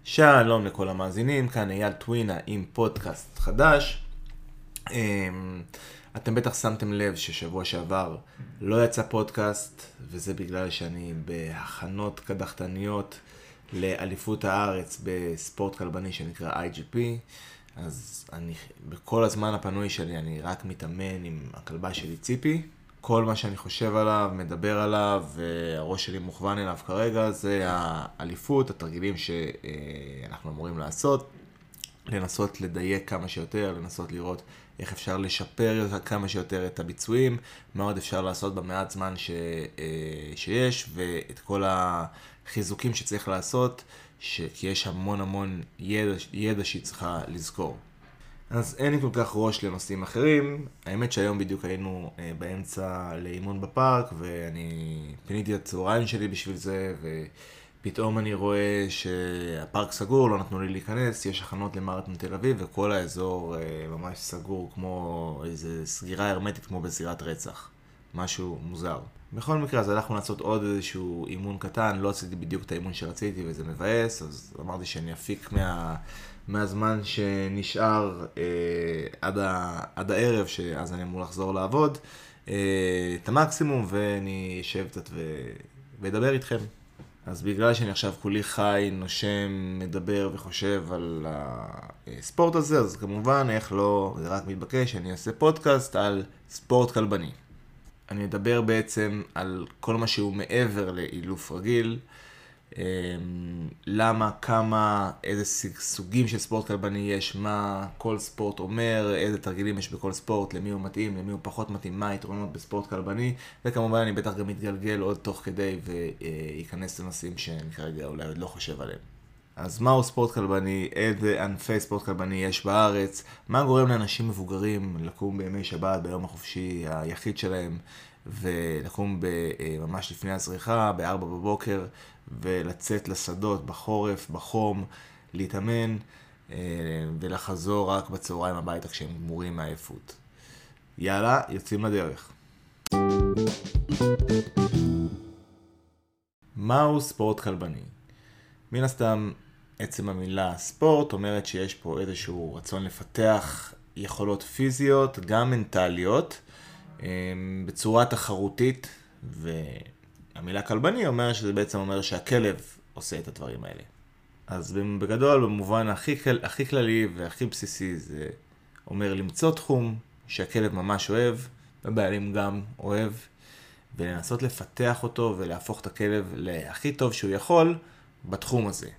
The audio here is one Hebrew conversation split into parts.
שלום לכל המאזינים, כאן אייל טווינה עם פודקאסט חדש. אתם בטח שמתם לב ששבוע שעבר לא יצא פודקאסט, וזה בגלל שאני בהכנות קדחתניות לאליפות הארץ בספורט כלבני שנקרא IGP. אז בכל הזמן הפנוי שלי אני רק מתאמן עם הכלבה שלי ציפי. כל מה שאני חושב עליו, מדבר עליו, והראש שלי מוכוון אליו כרגע, זה האליפות, התרגילים שאנחנו אמורים לעשות, לנסות לדייק כמה שיותר, לנסות לראות איך אפשר לשפר כמה שיותר את הביצועים, מה עוד אפשר לעשות במעט זמן שיש, ואת כל החיזוקים שצריך לעשות, כי יש המון ידע שהיא צריכה לזכור. אז אין לי כל כך ראש לנושאים אחרים. האמת שהיום בדיוק היינו באמצע לאימון בפארק, ואני פיניתי את הצהריים שלי בשביל זה, ופתאום אני רואה שהפארק סגור, לא נתנו לי להיכנס, יש הכנות למרתון תל אביב, וכל האזור ממש סגור כמו איזו סגירה הרמטית כמו בזירת רצח. משהו מוזר. בכל מקרה, אז הלכנו לעשות עוד איזשהו אימון קטן, לא עשיתי בדיוק את האימון שרציתי וזה מבאס, אז אמרתי שאני אפיק מהזמן שנשאר עד הערב, שאז אני אמור לחזור לעבוד, את המקסימום, ואני אשב קצת ואדבר איתכם. אז בגלל שאני עכשיו כולי חי, נושם, מדבר וחושב על הספורט הזה, אז כמובן, איך לא, זה רק מתבקש, אני אעשה פודקאסט על ספורט כלבני. אני אדבר בעצם על כל מה שהוא מעבר לאילוף רגיל, למה, כמה, איזה סוגים של ספורט כלבני יש, מה כל ספורט אומר, איזה תרגילים יש בכל ספורט, למי הוא מתאים, למי הוא פחות מתאים, מה היתרונות בספורט כלבני, וכמובן אני בטח גם מתגלגל עוד תוך כדי וייכנס לנושאים שאני כרגע אולי עוד לא חושב עליהם. אז מהו ספורט כלבני, איזה ענפי ספורט כלבני יש בארץ, מה גורם לאנשים מבוגרים לקום בימי שבת, ביום החופשי היחיד שלהם, ולקום ממש לפני הזריחה, ב-4 בבוקר, ולצאת לשדות בחורף, בחום, להתאמן, ולחזור רק בצהריים הביתה כשהם גמורים מעייפות. יאללה, יוצאים לדרך. מהו ספורט כלבני? מן הסתם, עצם המילה ספורט אומרת שיש פה איזשהו רצון לפתח יכולות פיזיות, גם מנטליות, בצורה תחרותית, והמילה כלבני אומרת שזה בעצם אומר שהכלב עושה את הדברים האלה. אז בגדול, במובן הכי כללי והכי בסיסי, זה אומר למצוא תחום שהכלב ממש אוהב, הבעלים גם אוהב, ולנסות לפתח אותו ולהפוך את הכלב להכי טוב שהוא יכול בתחום הזה.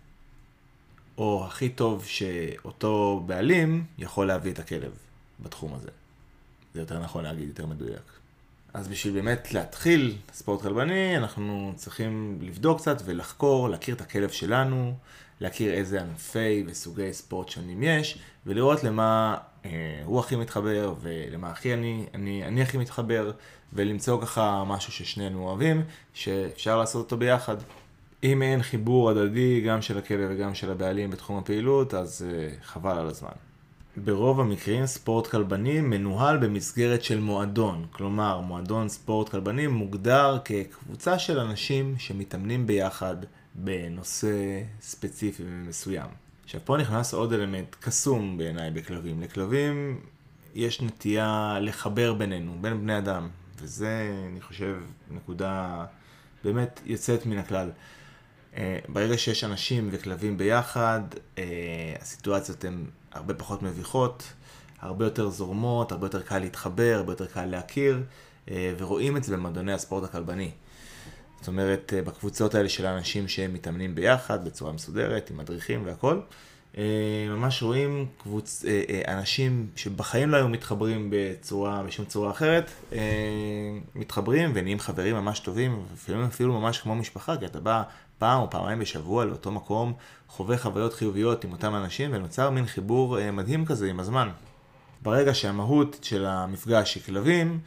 או הכי טוב שאותו בעלים יכול להביא את הכלב בתחום הזה. זה יותר נכון להגיד, יותר מדויק. אז בשביל באמת להתחיל ספורט כלבני, אנחנו צריכים לבדוק קצת ולחקור, להכיר את הכלב שלנו, להכיר איזה ענפי וסוגי ספורט שונים יש, ולראות למה הוא הכי מתחבר ולמה אני הכי מתחבר, ולמצוא ככה משהו ששנינו אוהבים, שאפשר לעשות אותו ביחד. אם אין חיבור הדדי גם של הכלב וגם של הבעלים בתחום הפעילות, אז חבל על הזמן. ברוב המקרים ספורט כלבני מנוהל במסגרת של מועדון, כלומר מועדון ספורט כלבני מוגדר כקבוצה של אנשים שמתאמנים ביחד בנושא ספציפי ומסוים. עכשיו פה נכנס עוד אלמנט קסום בעיניי בכלבים. לכלבים יש נטייה לחבר בינינו, בין בני אדם, וזה אני חושב נקודה באמת יוצאת מן הכלל. ברגע שיש אנשים וכלבים ביחד, הסיטואציות הן הרבה פחות מביכות, הרבה יותר זורמות, הרבה יותר קל להתחבר, הרבה יותר קל להכיר, ורואים את זה במועדוני הספורט הכלבני. זאת אומרת, בקבוצות האלה של האנשים שהם מתאמנים ביחד, בצורה מסודרת, עם מדריכים והכל, ממש רואים אנשים שבחיים לא היו מתחברים בשום צורה אחרת, מתחברים ונהיים חברים ממש טובים, אפילו ממש כמו משפחה, כי אתה בא פעם או פעמיים בשבוע לאותו מקום, חווה חוויות חיוביות עם אותם אנשים, ונוצר מין חיבור מדהים כזה עם הזמן. ברגע שהמהות של המפגש היא כלבים,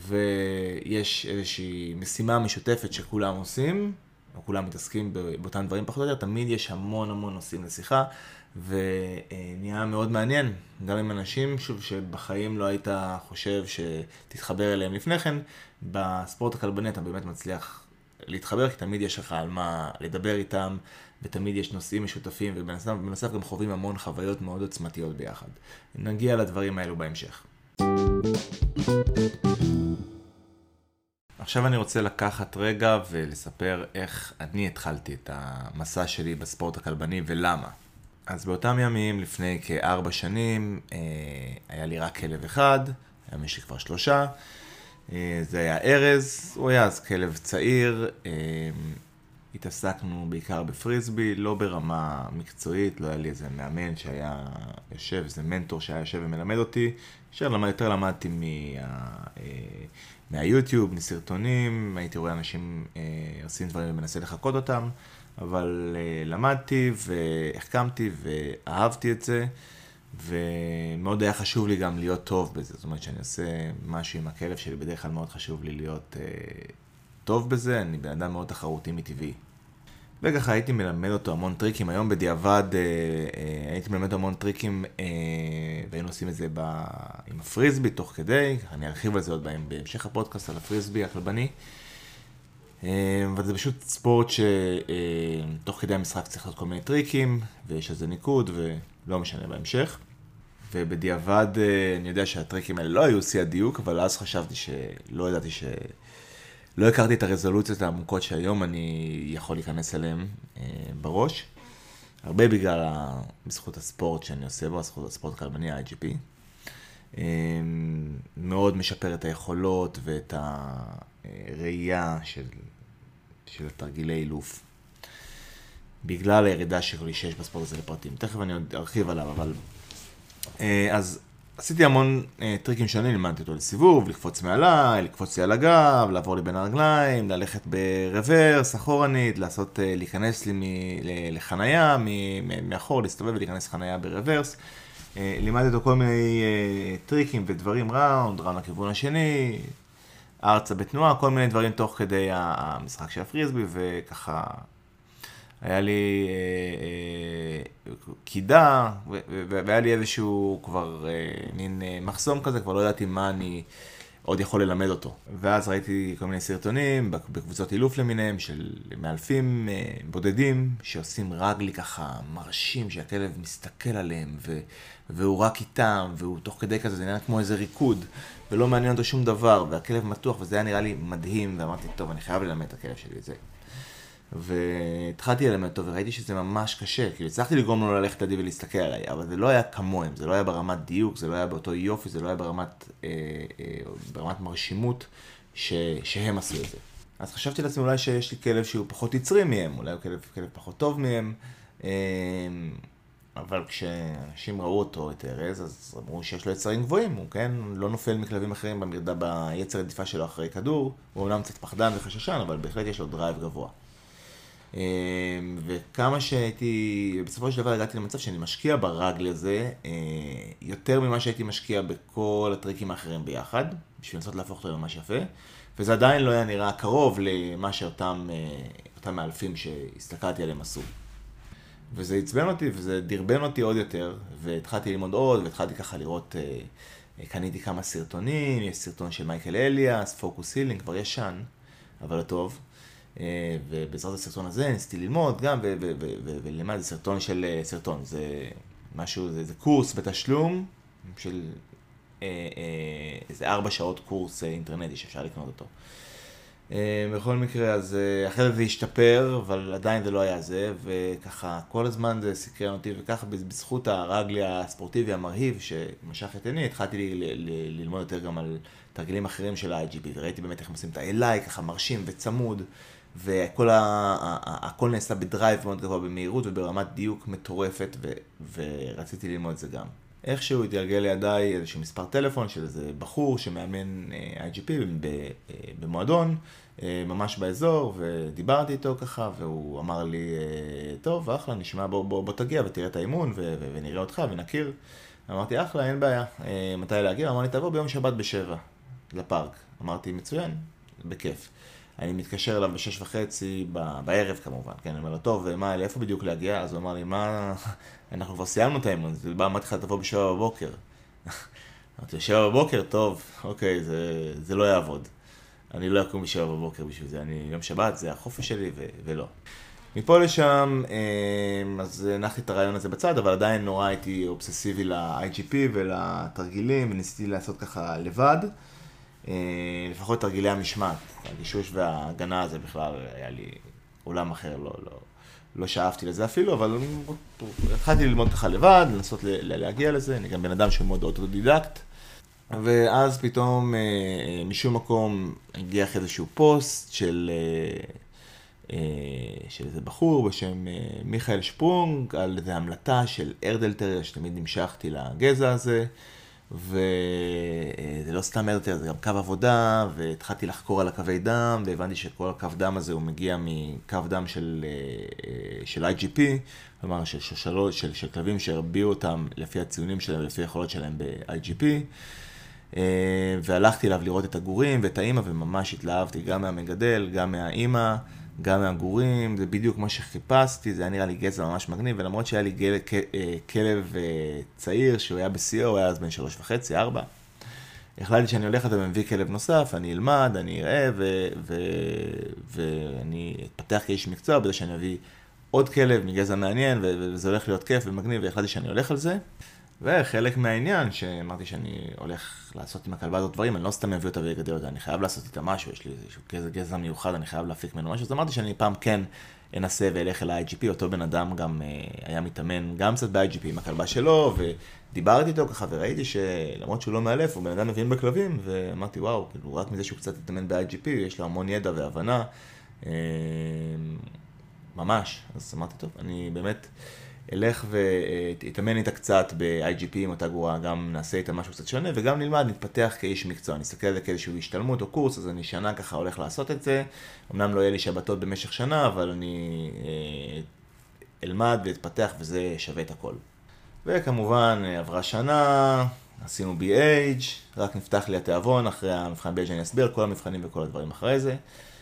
ויש איזושהי משימה משותפת שכולם עושים, או כולם מתעסקים באותם דברים פחות או יותר, תמיד יש המון נושאים לשיחה, ונהיה מאוד מעניין, גם עם אנשים שבחיים לא היית חושב שתתחבר אליהם לפני כן, בספורט הכלבני אתה באמת מצליח להתחבר, כי תמיד יש לך על מה לדבר איתם, ותמיד יש נושאים משותפים, ובנוסף גם חווים המון חוויות מאוד עוצמתיות ביחד. נגיע לדברים האלו בהמשך. עכשיו אני רוצה לקחת רגע ולספר איך אני התחלתי את המסע שלי בספורט הכלבני ולמה. אז באותם ימים, לפני כ4 שנים, היה לי רק כלב אחד, היום יש לי כבר 3. זה היה ארז, הוא היה אז כלב צעיר, התעסקנו בעיקר בפריסבי, לא ברמה מקצועית, לא היה לי איזה מאמן שהיה יושב, איזה מנטור שהיה יושב ומלמד אותי, יותר למדתי מהיוטיוב, מסרטונים, הייתי רואה אנשים עושים דברים ומנסה לחקות אותם, אבל למדתי והחכמתי ואהבתי את זה, ומאוד היה חשוב לי גם להיות טוב בזה, זאת אומרת שאני עושה משהו עם הכלב שלי, בדרך כלל מאוד חשוב לי להיות טוב בזה, אני בן אדם מאוד תחרותי מטבעי. וככה הייתי מלמד אותו המון טריקים, היום בדיעבד הייתי מלמד אותו המון טריקים, והיינו עושים את זה עם הפריסבי תוך כדי, אני ארחיב על זה עוד בהמשך הפודקאסט על הפריסבי הכלבני, אבל זה פשוט ספורט שתוך כדי המשחק צריך לעשות כל מיני טריקים, ויש על זה ניקוד ולא משנה בהמשך. ובדיעבד אני יודע שהטריקים האלה לא היו שיא הדיוק, אבל אז חשבתי לא הכרתי את הרזולוציות העמוקות שהיום אני יכול להיכנס אליהן בראש. הרבה בזכות הספורט שאני עושה בו, הספורט הכלבני, ה-IGP. מאוד משפר את היכולות ואת הראייה של התרגילי אילוף. בגלל הירידה שלי שיש בספורט הזה לפרטים. תכף אני עוד ארחיב עליו, אבל... אז עשיתי המון טריקים שונים, לימדתי אותו לסיבוב, לקפוץ מעליי, לקפוץ לי על הגב, לעבור לי בין הרגליים, ללכת ברוורס, אחורנית, להיכנס לי לחנייה, מאחור, להסתובב ולהיכנס לחנייה ברוורס. לימדתי אותו כל מיני טריקים ודברים ראונד לכיוון השני, ארצה בתנועה, כל מיני דברים תוך כדי המשחק של הפריסבי, וככה היה לי קידה, והיה לי איזשהו כבר מין מחסום כזה, כבר לא ידעתי מה אני עוד יכול ללמד אותו. ואז ראיתי כל מיני סרטונים בקבוצות אילוף למיניהם של מאלפים בודדים שעושים רגלי ככה מרשים שהכלב מסתכל עליהם והוא רק איתם והוא תוך כדי כזה, זה נראה כמו איזה ריקוד ולא מעניין אותו שום דבר והכלב מתוח וזה היה נראה לי מדהים ואמרתי טוב אני חייב ללמד את הכלב שלי את זה. והתחלתי ללמד אותו וראיתי שזה ממש קשה, כאילו הצלחתי לגרום לו ללכת לידי ולהסתכל עליי, אבל זה לא היה כמוהם, זה לא היה ברמת דיוק, זה לא היה באותו יופי, זה לא היה ברמת מרשימות שהם עשו את זה. אז חשבתי לעצמי אולי שיש לי כלב שהוא פחות יצרי מהם, אולי הוא כלב פחות טוב מהם, אבל כשאנשים ראו אותו, את ארז, אז אמרו שיש לו יצרים גבוהים, הוא כן לא נופל מכלבים אחרים ביצר רדיפה שלו אחרי כדור, הוא אומנם קצת פחדן וחששן, אבל בהחלט יש לו דרייב גבוה. וכמה שהייתי, בסופו של דבר הגעתי למצב שאני משקיע ברגל הזה יותר ממה שהייתי משקיע בכל הטריקים האחרים ביחד, בשביל לנסות להפוך אותו ממש יפה, וזה עדיין לא היה נראה קרוב למה שאותם מאלפים שהסתכלתי עליהם עשו. וזה עצבן אותי וזה דרבן אותי עוד יותר, והתחלתי ללמוד עוד, והתחלתי ככה לראות, קניתי כמה סרטונים, יש סרטון של מייקל אליאס, פוקוס הילינג, כבר ישן, אבל טוב. ובעזרת הסרטון הזה ניסיתי ללמוד גם, ולמד זה סרטון, זה משהו, זה קורס בתשלום של איזה 4 שעות קורס אינטרנטי שאפשר לקנות אותו. בכל מקרה, אז אחרי זה השתפר, אבל עדיין זה לא היה זה, וככה כל הזמן זה סקרן אותי, וככה בזכות הרגלי הספורטיבי המרהיב שמשך את עיני, התחלתי ללמוד יותר גם על תרגילים אחרים של ה-IGP, וראיתי באמת איך עושים את ה-LI, ככה מרשים וצמוד, והכל נעשה בדרייב מאוד גבוה במהירות וברמת דיוק מטורפת, ורציתי ללמוד את זה גם. איכשהו התגלגל לידיי איזשהו מספר טלפון של איזה בחור שמאמן IGP במועדון, ממש באזור, ודיברתי איתו ככה, והוא אמר לי, טוב, אחלה, נשמע, בוא תגיע ותראה את האימון, ונראה אותך ונכיר. אמרתי, אחלה, אין בעיה. מתי להגיע? אמר לי, תבוא ביום שבת ב7 לפארק. אמרתי, מצוין, בכיף. אני מתקשר אליו ב6:30 בערב כמובן, כן, אני אומר לו, טוב, מה, איפה בדיוק להגיע? אז הוא אמר לי, מה, אנחנו כבר סיימנו את האימון, זה בא, אמרתי לך, תבוא ב7 בבוקר. אמרתי, 7 בבוקר, טוב, אוקיי, זה לא יעבוד. אני לא אקום ב7 בבוקר בשביל זה, יום שבת, זה החופש שלי ולא. מפה לשם, אז הנחתי את הרעיון הזה בצד, אבל עדיין נורא הייתי אובססיבי ל-IGP ולתרגילים, וניסיתי לעשות ככה לבד. לפחות תרגילי המשמעת, הגישוש וההגנה הזה בכלל היה לי עולם אחר, לא שאפתי לזה אפילו, אבל התחלתי ללמוד ככה לבד, לנסות להגיע לזה, אני גם בן אדם שהוא מאוד אוטודידקט. ואז פתאום משום מקום הגיע איזשהו פוסט של איזה בחור בשם מיכאל שפרונג, על איזו המלטה של ארדלטריר, שתמיד נמשכתי לגזע הזה, וזה לא סתם ארדלטריר, זה גם קו עבודה, והתחלתי לחקור על הקווי דם, והבנתי שכל הקו דם הזה הוא מגיע מקו דם של IGP, כלומר של כלבים שהרביעו אותם לפי הציונים שלהם ולפי היכולות שלהם ב-IGP, והלכתי אליו לראות את הגורים ואת האמא, וממש התלהבתי גם מהמגדל, גם מהאמא, גם מהגורים, זה בדיוק כמו שחיפשתי, זה היה נראה לי גזע ממש מגניב, ולמרות שהיה לי כלב צעיר שהוא היה בשיאו, הוא היה אז בן 3.5, 4. החלטתי שאני הולך ואתה מביא כלב נוסף, אני אלמד, אני אראה, ואני אתפתח כאיש מקצוע, בזה שאני אביא עוד כלב מגזע מעניין, וזה הולך להיות כיף ומגניב, והחלטתי שאני הולך על זה. וחלק מהעניין שאמרתי שאני הולך לעשות עם הכלבה הזאת דברים, אני לא סתם מביא אותה ויגדל אותה, אני חייב לעשות איתה משהו, יש לי איזשהו גזע מיוחד, אני חייב להפיק ממנו משהו, אז אמרתי שאני פעם כן אנסה ואלך אל ה-IGP, אותו בן אדם גם היה מתאמן גם קצת ב-IGP עם הכלבה שלו, ודיברתי איתו ככה וראיתי שלמרות שהוא לא מאלף, הוא בן אדם מבין בכלבים, ואמרתי וואו, כאילו רק מזה שהוא קצת התאמן ב-IGP, יש לו המון ידע והבנה, ממש, אז אמרתי טוב, אני באמת אלך והתאמן איתה קצת ב-IGP עם אותה גורה, גם נעשה איתה משהו קצת שונה, וגם נלמד, נתפתח כאיש מקצוע, נסתכל על זה כאיזשהו השתלמות או קורס, אז אני שנה ככה הולך לעשות את זה, אמנם לא יהיה לי שבתות במשך שנה, אבל אני אלמד ואתפתח וזה שווה את הכל. וכמובן עברה שנה, עשינו BH, רק נפתח לי התיאבון, אחרי המבחן BH אני אסביר, כל המבחנים וכל הדברים אחרי זה.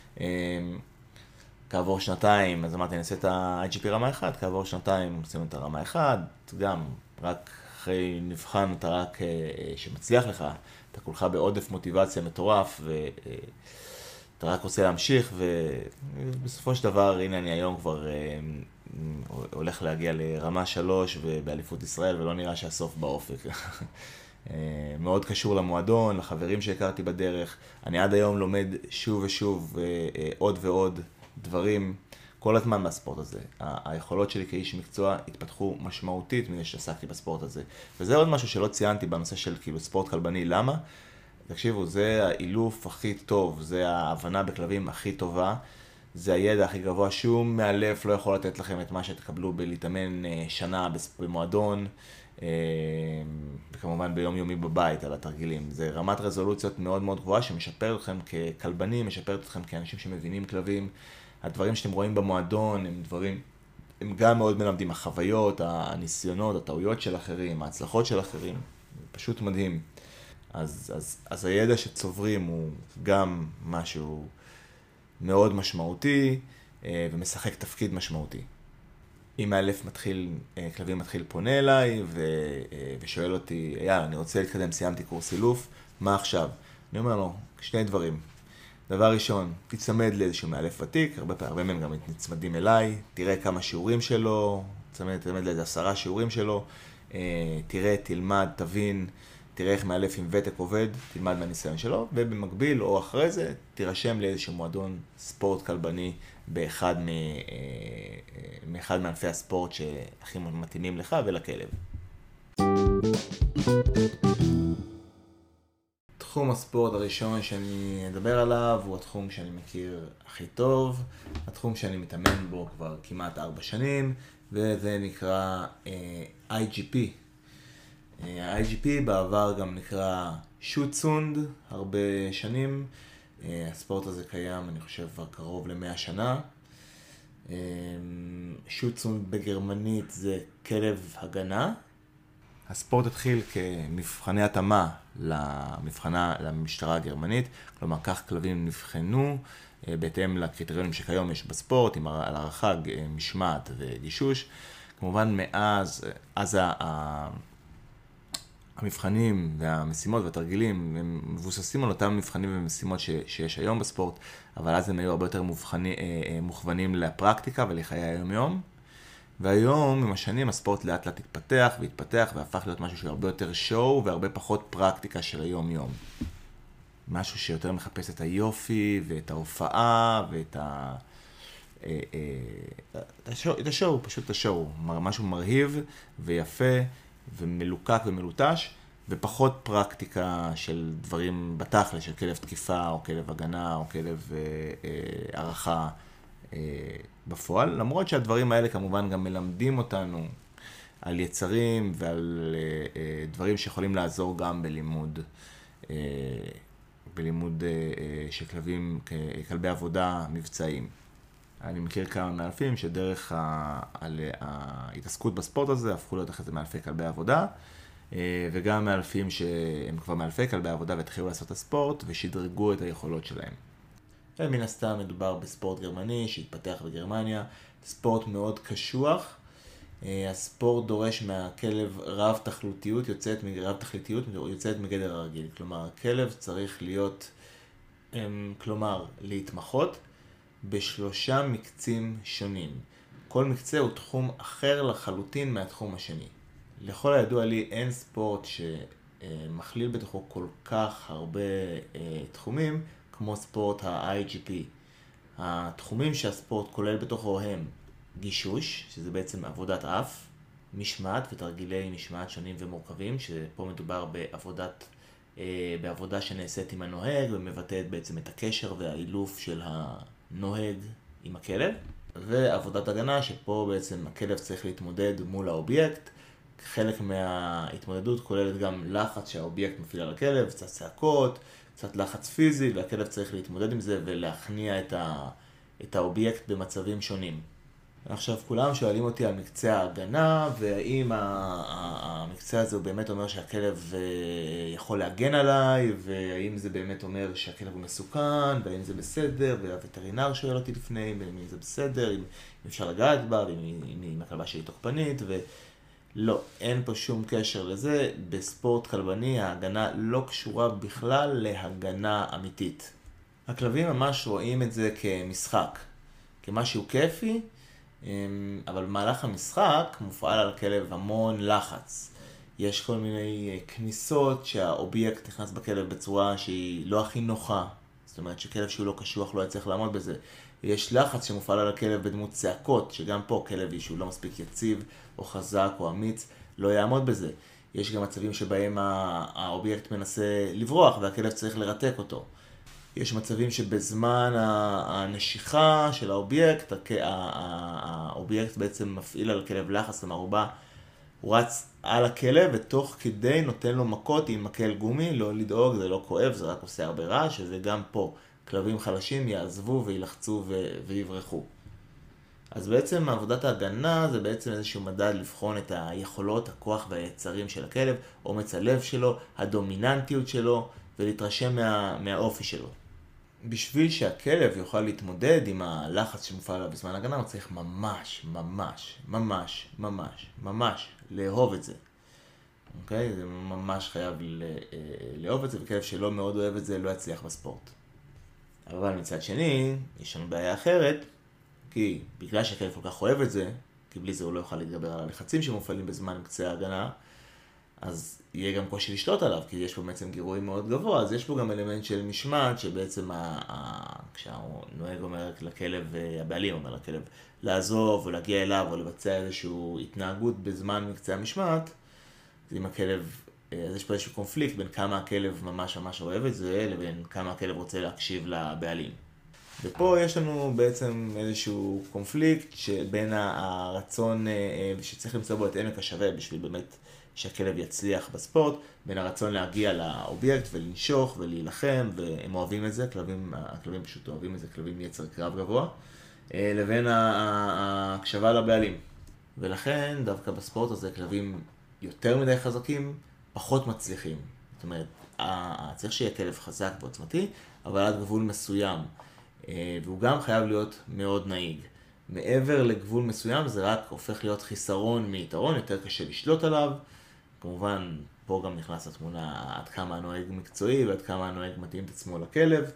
כעבור שנתיים, אז אמרתי, אני אעשה את ה-IGP רמה 1, כעבור שנתיים עשינו את הרמה 1, גם רק אחרי נבחן אתה רק שמצליח לך, אתה כולך בעודף מוטיבציה מטורף, ואתה רק רוצה להמשיך, ובסופו של דבר, הנה אני היום כבר הולך להגיע לרמה 3 באליפות ישראל, ולא נראה שהסוף באופק. מאוד קשור למועדון, לחברים שהכרתי בדרך, אני עד היום לומד שוב ושוב עוד ועוד, דברים כל הזמן בספורט הזה. היכולות שלי כאיש מקצוע התפתחו משמעותית מזה שעסקתי בספורט הזה. וזה עוד משהו שלא ציינתי בנושא של כאילו ספורט כלבני. למה? תקשיבו, זה האילוף הכי טוב, זה ההבנה בכלבים הכי טובה, זה הידע הכי גבוה. שום מאלף לא יכול לתת לכם את מה שתקבלו בלהתאמן שנה במועדון, וכמובן ביום יומי בבית על התרגילים. זה רמת רזולוציות מאוד מאוד גבוהה שמשפרת אתכם ככלבנים, משפרת אתכם כאנשים שמבינים כלבים. הדברים שאתם רואים במועדון הם דברים, הם גם מאוד מלמדים, החוויות, הניסיונות, הטעויות של אחרים, ההצלחות של אחרים, פשוט מדהים. אז הידע שצוברים הוא גם משהו מאוד משמעותי ומשחק תפקיד משמעותי. אם מאלף כלבים מתחיל פונה אליי ושואל אותי, יאללה, אני רוצה להתקדם, סיימתי קורס אילוף, מה עכשיו? אני אומר לו, שני דברים. דבר ראשון, תצמד לאיזשהו מאלף ותיק, הרבה מהם גם נצמדים אליי, תראה כמה שיעורים שלו, תצמד לאיזה 10 שיעורים שלו, תראה, תלמד, תבין, תראה איך מאלף עם ותק עובד, תלמד מהניסיון שלו, ובמקביל או אחרי זה, תירשם לאיזשהו מועדון ספורט כלבני באחד מענפי הספורט שהכי מתאימים לך ולכלב. תחום הספורט הראשון שאני אדבר עליו הוא התחום שאני מכיר הכי טוב, התחום שאני מתאמן בו כבר כמעט 4 שנים, וזה נקרא IGP. ה-IGP בעבר גם נקרא שוטסונד הרבה שנים. הספורט הזה קיים, אני חושב, כבר קרוב ל100 שנה. שוטסונד בגרמנית זה כלב הגנה. הספורט התחיל כמבחני התאמה למשטרה הגרמנית, כלומר כך כלבים נבחנו בהתאם לקריטריונים שכיום יש בספורט, עם הערכה, משמעת וגישוש. כמובן מאז, המבחנים והמשימות והתרגילים הם מבוססים על אותם מבחנים ומשימות שיש היום בספורט, אבל אז הם היו הרבה יותר מוכוונים לפרקטיקה ולחיי היום-יום. והיום, עם השנים, הספורט לאט לאט התפתח והפך להיות משהו שהרבה יותר שואו והרבה פחות פרקטיקה של היום-יום. משהו שיותר מחפש את היופי ואת ההופעה ואת את השואו, פשוט השואו. משהו מרהיב ויפה ומלוקק ומלוטש, ופחות פרקטיקה של דברים בתכל'ס, של כלב תקיפה או כלב הגנה או כלב הערכה בפועל. למרות שהדברים האלה כמובן גם מלמדים אותנו על יצרים ועל דברים שיכולים לעזור גם בלימוד של כלבי עבודה מבצעיים. אני מכיר כמה מאלפים שדרך ההתעסקות בספורט הזה הפכו להיות אחרי זה מאלפי כלבי עבודה, וגם מאלפים שהם כבר מאלפי כלבי עבודה והתחילו לעשות את הספורט ושדרגו את היכולות שלהם. ומן הסתם מדובר בספורט גרמני שהתפתח בגרמניה, ספורט מאוד קשוח. הספורט דורש מהכלב רב תכליתיות יוצאת מגדר הרגיל. כלומר, הכלב צריך להתמחות בשלושה מקצים שונים. כל מקצה הוא תחום אחר לחלוטין מהתחום השני. לכל הידוע לי אין ספורט שמכליל בתוכו כל כך הרבה תחומים כמו ספורט ה-IGP. התחומים שהספורט כולל בתוכו הם גישוש, שזה בעצם עבודת אף, משמעת ותרגילי משמעת שונים ומורכבים, שפה מדובר בעבודה שנעשית עם הנוהג ומבטאת בעצם את הקשר והאילוף של הנוהג עם הכלב, ועבודת הגנה שפה בעצם הכלב צריך להתמודד מול האובייקט. חלק מההתמודדות כוללת גם לחץ שהאובייקט מפעיל על הכלב, קצת צעקות, קצת לחץ פיזי, והכלב צריך להתמודד עם זה ולהכניע את האובייקט במצבים שונים. עכשיו כולם שואלים אותי על מקצה ההגנה, והאם המקצה הזה הוא באמת אומר שהכלב יכול להגן עליי, והאם זה באמת אומר שהכלב הוא מסוכן, והאם זה בסדר, והווטרינר שואל אותי לפני, אם זה בסדר, אם אפשר לגעת בה, ואם הכלבה שלי תוקפנית, לא, אין פה שום קשר לזה. בספורט כלבני ההגנה לא קשורה בכלל להגנה אמיתית. הכלבים ממש רואים את זה כמשחק, כמשהו כיפי, אבל במהלך המשחק מופעל על הכלב המון לחץ. יש כל מיני כניסות שהאובייקט נכנס בכלב בצורה שהיא לא הכי נוחה. זאת אומרת שכלב שהוא לא קשוח לא יצטרך לעמוד בזה. יש לחץ שמופעל על הכלב בדמות צעקות, שגם פה כלב שהוא לא מספיק יציב או חזק או אמיץ לא יעמוד בזה. יש גם מצבים שבהם האובייקט מנסה לברוח והכלב צריך לרתק אותו. יש מצבים שבזמן הנשיכה של האובייקט, האובייקט בעצם מפעיל על הכלב לחץ, כלומר הוא רץ על הכלב ותוך כדי נותן לו מכות עם מקל גומי, לא לדאוג, זה לא כואב, זה רק עושה הרבה רעש, וזה גם פה. כלבים חלשים יעזבו וילחצו ויברחו. אז בעצם עבודת ההגנה זה בעצם איזשהו מדד לבחון את היכולות, הכוח והיצרים של הכלב, אומץ הלב שלו, הדומיננטיות שלו, ולהתרשם מהאופי שלו. בשביל שהכלב יוכל להתמודד עם הלחץ שמופעל עליו בזמן ההגנה, הוא צריך ממש לאהוב את זה. אוקיי? זה ממש חייב לאהוב את זה, וכלב שלא מאוד אוהב את זה לא יצליח בספורט. אבל מצד שני, יש לנו בעיה אחרת, כי בגלל שהכלב כל כך אוהב את זה, כי בלי זה הוא לא יוכל להתגבר על הלחצים שמופעלים בזמן קצה ההגנה, אז יהיה גם קושי לשלוט עליו, כי יש פה בעצם גירוי מאוד גבוה, אז יש פה גם אלמנט של משמעת, שבעצם כשהנוהג אומר לכלב, הבעלים אומר לכלב, לעזוב או להגיע אליו או לבצע איזושהי התנהגות בזמן מקצה המשמעת, אז עם הכלב, אז יש פה איזשהו קונפליקט בין כמה הכלב ממש אוהב את זה, לבין כמה הכלב רוצה להקשיב לבעלים. ופה יש לנו בעצם איזשהו קונפליקט שבין הרצון שצריך למצוא בו את עמק השווה בשביל באמת שהכלב יצליח בספורט, בין הרצון להגיע לאובייקט ולנשוך ולהילחם, והם אוהבים את זה, הכלבים פשוט אוהבים את זה, כלבים יצר קרב גבוה, לבין ההקשבה לבעלים. ולכן דווקא בספורט הזה כלבים יותר מדי חזקים, פחות מצליחים. זאת אומרת, צריך שיהיה כלב חזק ועוצמתי, אבל עד גבול מסוים. והוא גם חייב להיות מאוד נהיג. מעבר לגבול מסוים זה רק הופך להיות חיסרון מיתרון, יותר קשה לשלוט עליו. כמובן, פה גם נכנס לתמונה עד כמה הנוהג מקצועי ועד כמה הנוהג מתאים את עצמו לכלב.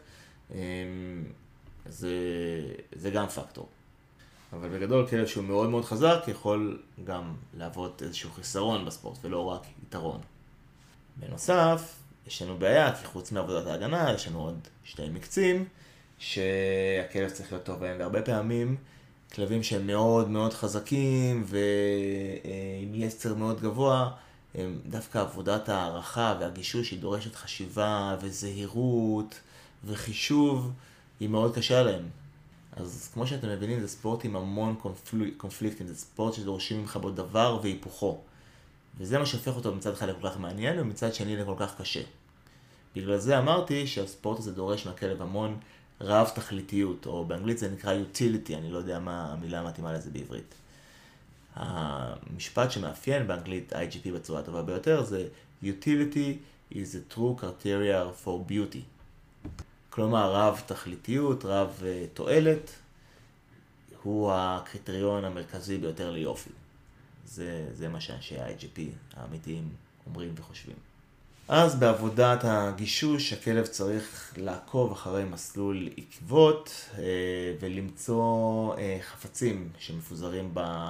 זה גם פקטור. אבל בגדול כלב שהוא מאוד מאוד חזק יכול גם להוות איזשהו חיסרון בספורט ולא רק יתרון. בנוסף, יש לנו בעיה, כי חוץ מעבודת ההגנה יש לנו עוד שני מקצים שהכלב צריך להיות טוב בהם, והרבה פעמים כלבים שהם מאוד מאוד חזקים ועם יצר מאוד גבוה, דווקא עבודת הערכה והגישוש היא דורשת חשיבה וזהירות וחישוב, היא מאוד קשה להם. אז כמו שאתם מבינים, זה ספורט עם המון קונפליקטים, זה ספורט שדורשים ממך בו דבר והיפוכו. וזה מה שהופך אותו מצד אחד לכל כך מעניין ומצד שני לכל כך קשה. בגלל זה אמרתי שהספורט הזה דורש מהכלב המון רב תכליתיות, או באנגלית זה נקרא utility, אני לא יודע מה המילה המתאימה לזה בעברית. המשפט שמאפיין באנגלית IGP בצורה הטובה ביותר זה utility is a true criteria for beauty. כלומר, רב תכליתיות, רב תועלת, הוא הקריטריון המרכזי ביותר ליופי. זה מה שאנשי ה-IGP האמיתיים אומרים וחושבים. אז בעבודת הגישוש, הכלב צריך לעקוב אחרי מסלול עקבות ולמצוא חפצים שמפוזרים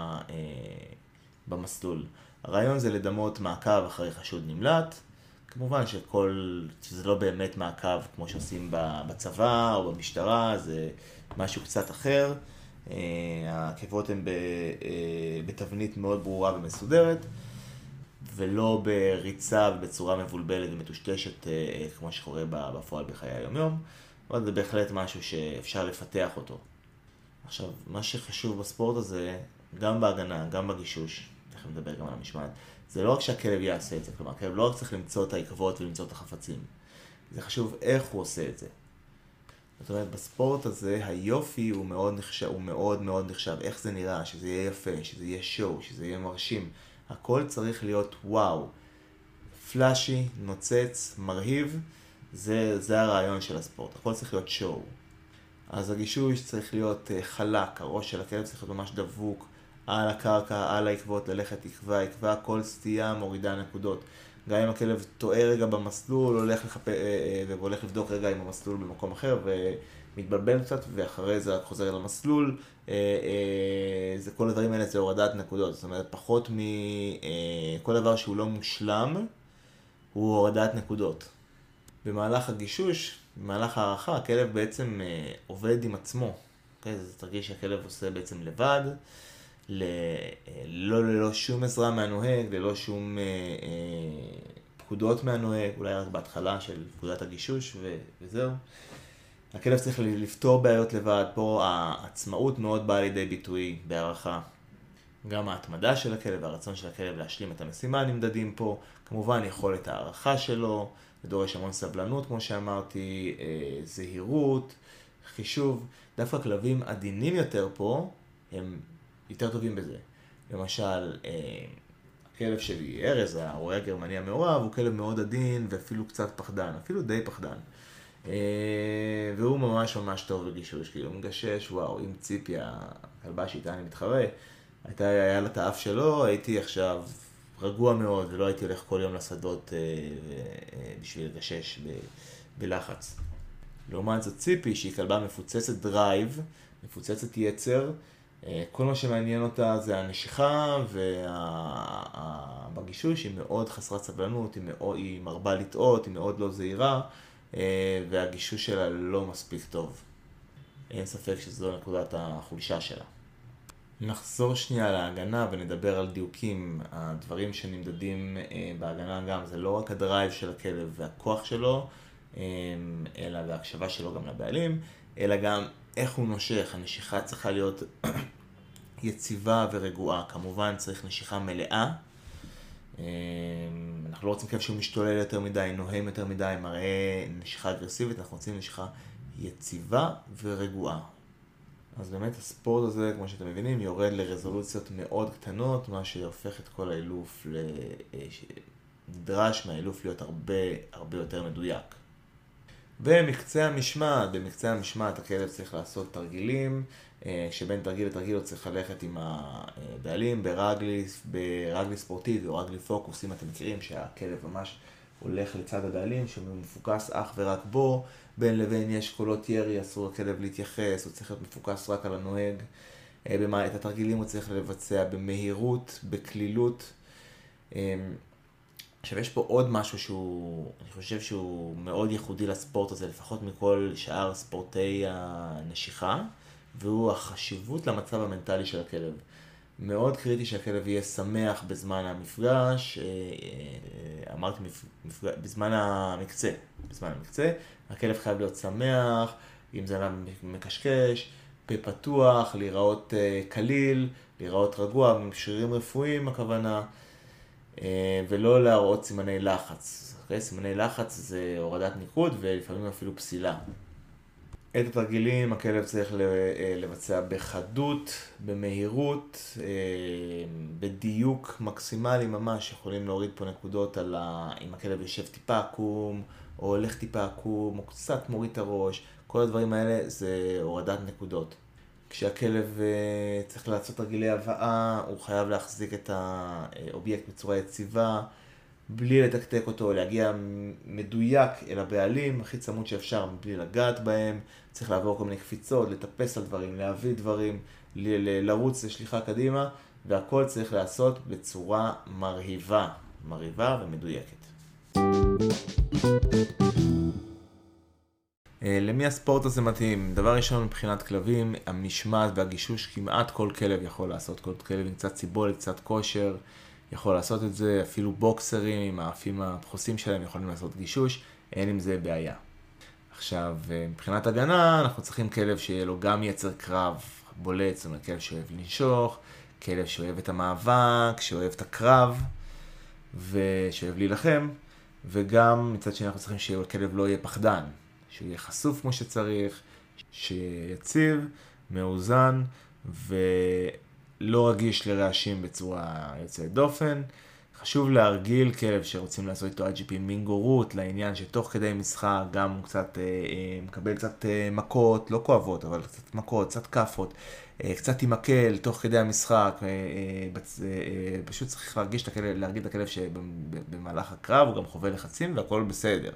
במסלול. הרעיון זה לדמות מעקב אחרי חשוד נמלט. כמובן שזה לא באמת מעקב כמו שעושים בצבא או במשטרה, זה משהו קצת אחר. העקבות הן בתבנית מאוד ברורה ומסודרת, ולא בריצה ובצורה מבולבלת ומטושטשת כמו שקורה בפועל בחיי היום-יום, אבל זה בהחלט משהו שאפשר לפתח אותו. עכשיו, מה שחשוב בספורט הזה, גם בהגנה, גם בגישוש, תכף נדבר גם על המשמעת, זה לא רק שהכלב יעשה את זה, כלומר, הכלב לא רק צריך למצוא את העקבות ולמצוא את החפצים. זה חשוב איך הוא עושה את זה. זאת אומרת, בספורט הזה היופי הוא מאוד מאוד נחשב, איך זה נראה, שזה יהיה יפה, שזה יהיה שואו, שזה יהיה מרשים. הכל צריך להיות וואו, פלאשי, נוצץ, מרהיב, זה הרעיון של הספורט, הכל צריך להיות שואו. אז הגישוש צריך להיות חלק, הראש של הכלב צריך להיות ממש דבוק, על הקרקע, על העקבות, ללכת עקבה, כל סטייה מורידה נקודות. גם אם הכלב טועה רגע במסלול, והולך לבדוק רגע עם המסלול במקום אחר, ומתבלבל קצת, ואחרי זה רק חוזר למסלול, כל הדברים האלה זה הורדת נקודות. זאת אומרת, פחות כל דבר שהוא לא מושלם, הוא הורדת נקודות. במהלך הגישוש, במהלך הערכה, הכלב בעצם עובד עם עצמו. זה תרגיש שהכלב עושה בעצם לבד, ללא שום עזרה מהנוהג, ללא שום פקודות מהנוהג, אולי רק בהתחלה של פקודת הגישוש וזהו. הכלב צריך לפתור בעיות לבד, פה העצמאות מאוד באה לידי ביטוי בהערכה. גם ההתמדה של הכלב והרצון של הכלב להשלים את המשימה נמדדים פה, כמובן יכולת הערכה שלו, ודורש המון סבלנות כמו שאמרתי, זהירות, חישוב. דווקא כלבים עדינים יותר פה הם יותר טובים בזה. למשל, הכלב שלי, ארז, הרועה הגרמני המעורב, הוא כלב מאוד עדין ואפילו קצת פחדן, אפילו די פחדן. והוא ממש ממש טוב בגישוש, כאילו הוא מגשש, וואו, עם ציפי, הכלבה שאיתה אני מתחרה, היה לה את האף שלו, הייתי עכשיו רגוע מאוד, ולא הייתי הולך כל יום לשדות בשביל לגשש בלחץ. לעומת זאת ציפי, שהיא כלבה מפוצצת דרייב, מפוצצת יצר, כל מה שמעניין אותה זה הנשיכה, ובגישוש היא מאוד חסרת סבלנות, היא מרבה לטעות, היא מאוד לא זהירה, והגישוש שלה לא מספיק טוב. אין ספק שזו נקודת החולשה שלה. נחזור שנייה להגנה ונדבר על דיוקים. הדברים שנמדדים בהגנה גם זה לא רק הדרייב של הכלב והכוח שלו, אלא וההקשבה שלו גם לבעלים, אלא גם איך הוא נושך. הנשיכה צריכה להיות יציבה ורגועה. כמובן צריך נשיכה מלאה. אנחנו לא רוצים כלב שהוא משתולל יותר מדי, נוהם יותר מדי, מראה נשיכה אגרסיבית, אנחנו רוצים נשיכה יציבה ורגועה. אז באמת הספורט הזה, כמו שאתם מבינים, יורד לרזולוציות מאוד קטנות, מה שהופך את כל האילוף, נדרש מהאילוף להיות הרבה יותר מדויק. ומקצה המשמעת, במקצה המשמעת הכלב צריך לעשות תרגילים, שבין תרגיל לתרגיל הוא צריך ללכת עם הבעלים ברגלי ספורטיבי או רגלי פוקוס, אם אתם מכירים שהכלב ממש הולך לצד הבעלים, שהוא מפוקס אך ורק בו, בין לבין יש קולות ירי, אסור לכלב להתייחס, הוא צריך להיות מפוקס רק על הנוהג. את התרגילים הוא צריך לבצע במהירות, בכלילות. עכשיו יש פה עוד משהו אני חושב שהוא מאוד ייחודי לספורט הזה, לפחות מכל שאר ספורטי הנשיכה, והוא החשיבות למצב המנטלי של הכלב. מאוד קריטי שהכלב יהיה שמח בזמן המפגש, אמרתי בזמן המקצה. הכלב חייב להיות שמח, אם זה מקשקש, פה פתוח, להיראות קליל, להיראות רגוע, עם שרירים רפואיים הכוונה, ולא להראות סימני לחץ. סימני לחץ זה הורדת ניקוד ולפעמים אפילו פסילה. את התרגילים הכלב צריך לבצע בחדות, במהירות, בדיוק מקסימלי ממש. יכולים להוריד פה נקודות אם הכלב יושב טיפה עקום, או הולך טיפה עקום, או קצת מוריד את הראש. כל הדברים האלה זה הורדת נקודות. כשהכלב צריך לעשות תרגילי הבאה, הוא חייב להחזיק את האובייקט בצורה יציבה, בלי לתקתק אותו, להגיע מדויק אל הבעלים, הכי צמוד שאפשר, בלי לגעת בהם. צריך לעבור כל מיני קפיצות, לטפס על דברים, להביא דברים, לרוץ לשליחה קדימה, והכל צריך לעשות בצורה מרהיבה ומדויקת. למי הספורט הזה מתאים? דבר ראשון, מבחינת כלבים, המשמעת והגישוש כמעט כל כלב יכול לעשות. כל כלב עם קצת סיבולת, קצת כושר, יכול לעשות את זה. אפילו בוקסרים עם האפים הדחוסים שלהם יכולים לעשות גישוש, אין עם זה בעיה. עכשיו, מבחינת הגנה, אנחנו צריכים כלב שיהיה לו גם יצר קרב בולט, זאת אומרת, כלב שאוהב לנשוך, כלב שאוהב את המאבק, שאוהב את הקרב, ושאוהב להילחם, וגם מצד שני אנחנו צריכים שהכלב לא יהיה פחדן, שהוא יהיה חשוף כמו שצריך, שיהיה יציב, מאוזן, ולא רגיש לרעשים בצורה יוצאת דופן. חשוב להרגיל כלב שרוצים לעשות איתו IGP מינגורות, לעניין שתוך כדי משחק גם הוא קצת מקבל קצת מכות, לא כואבות, אבל קצת מכות, קצת כפות, קצת ימקל תוך כדי המשחק. פשוט צריך להרגיל את הכלב שבמהלך הקרב הוא גם חווה לחצים והכל בסדר.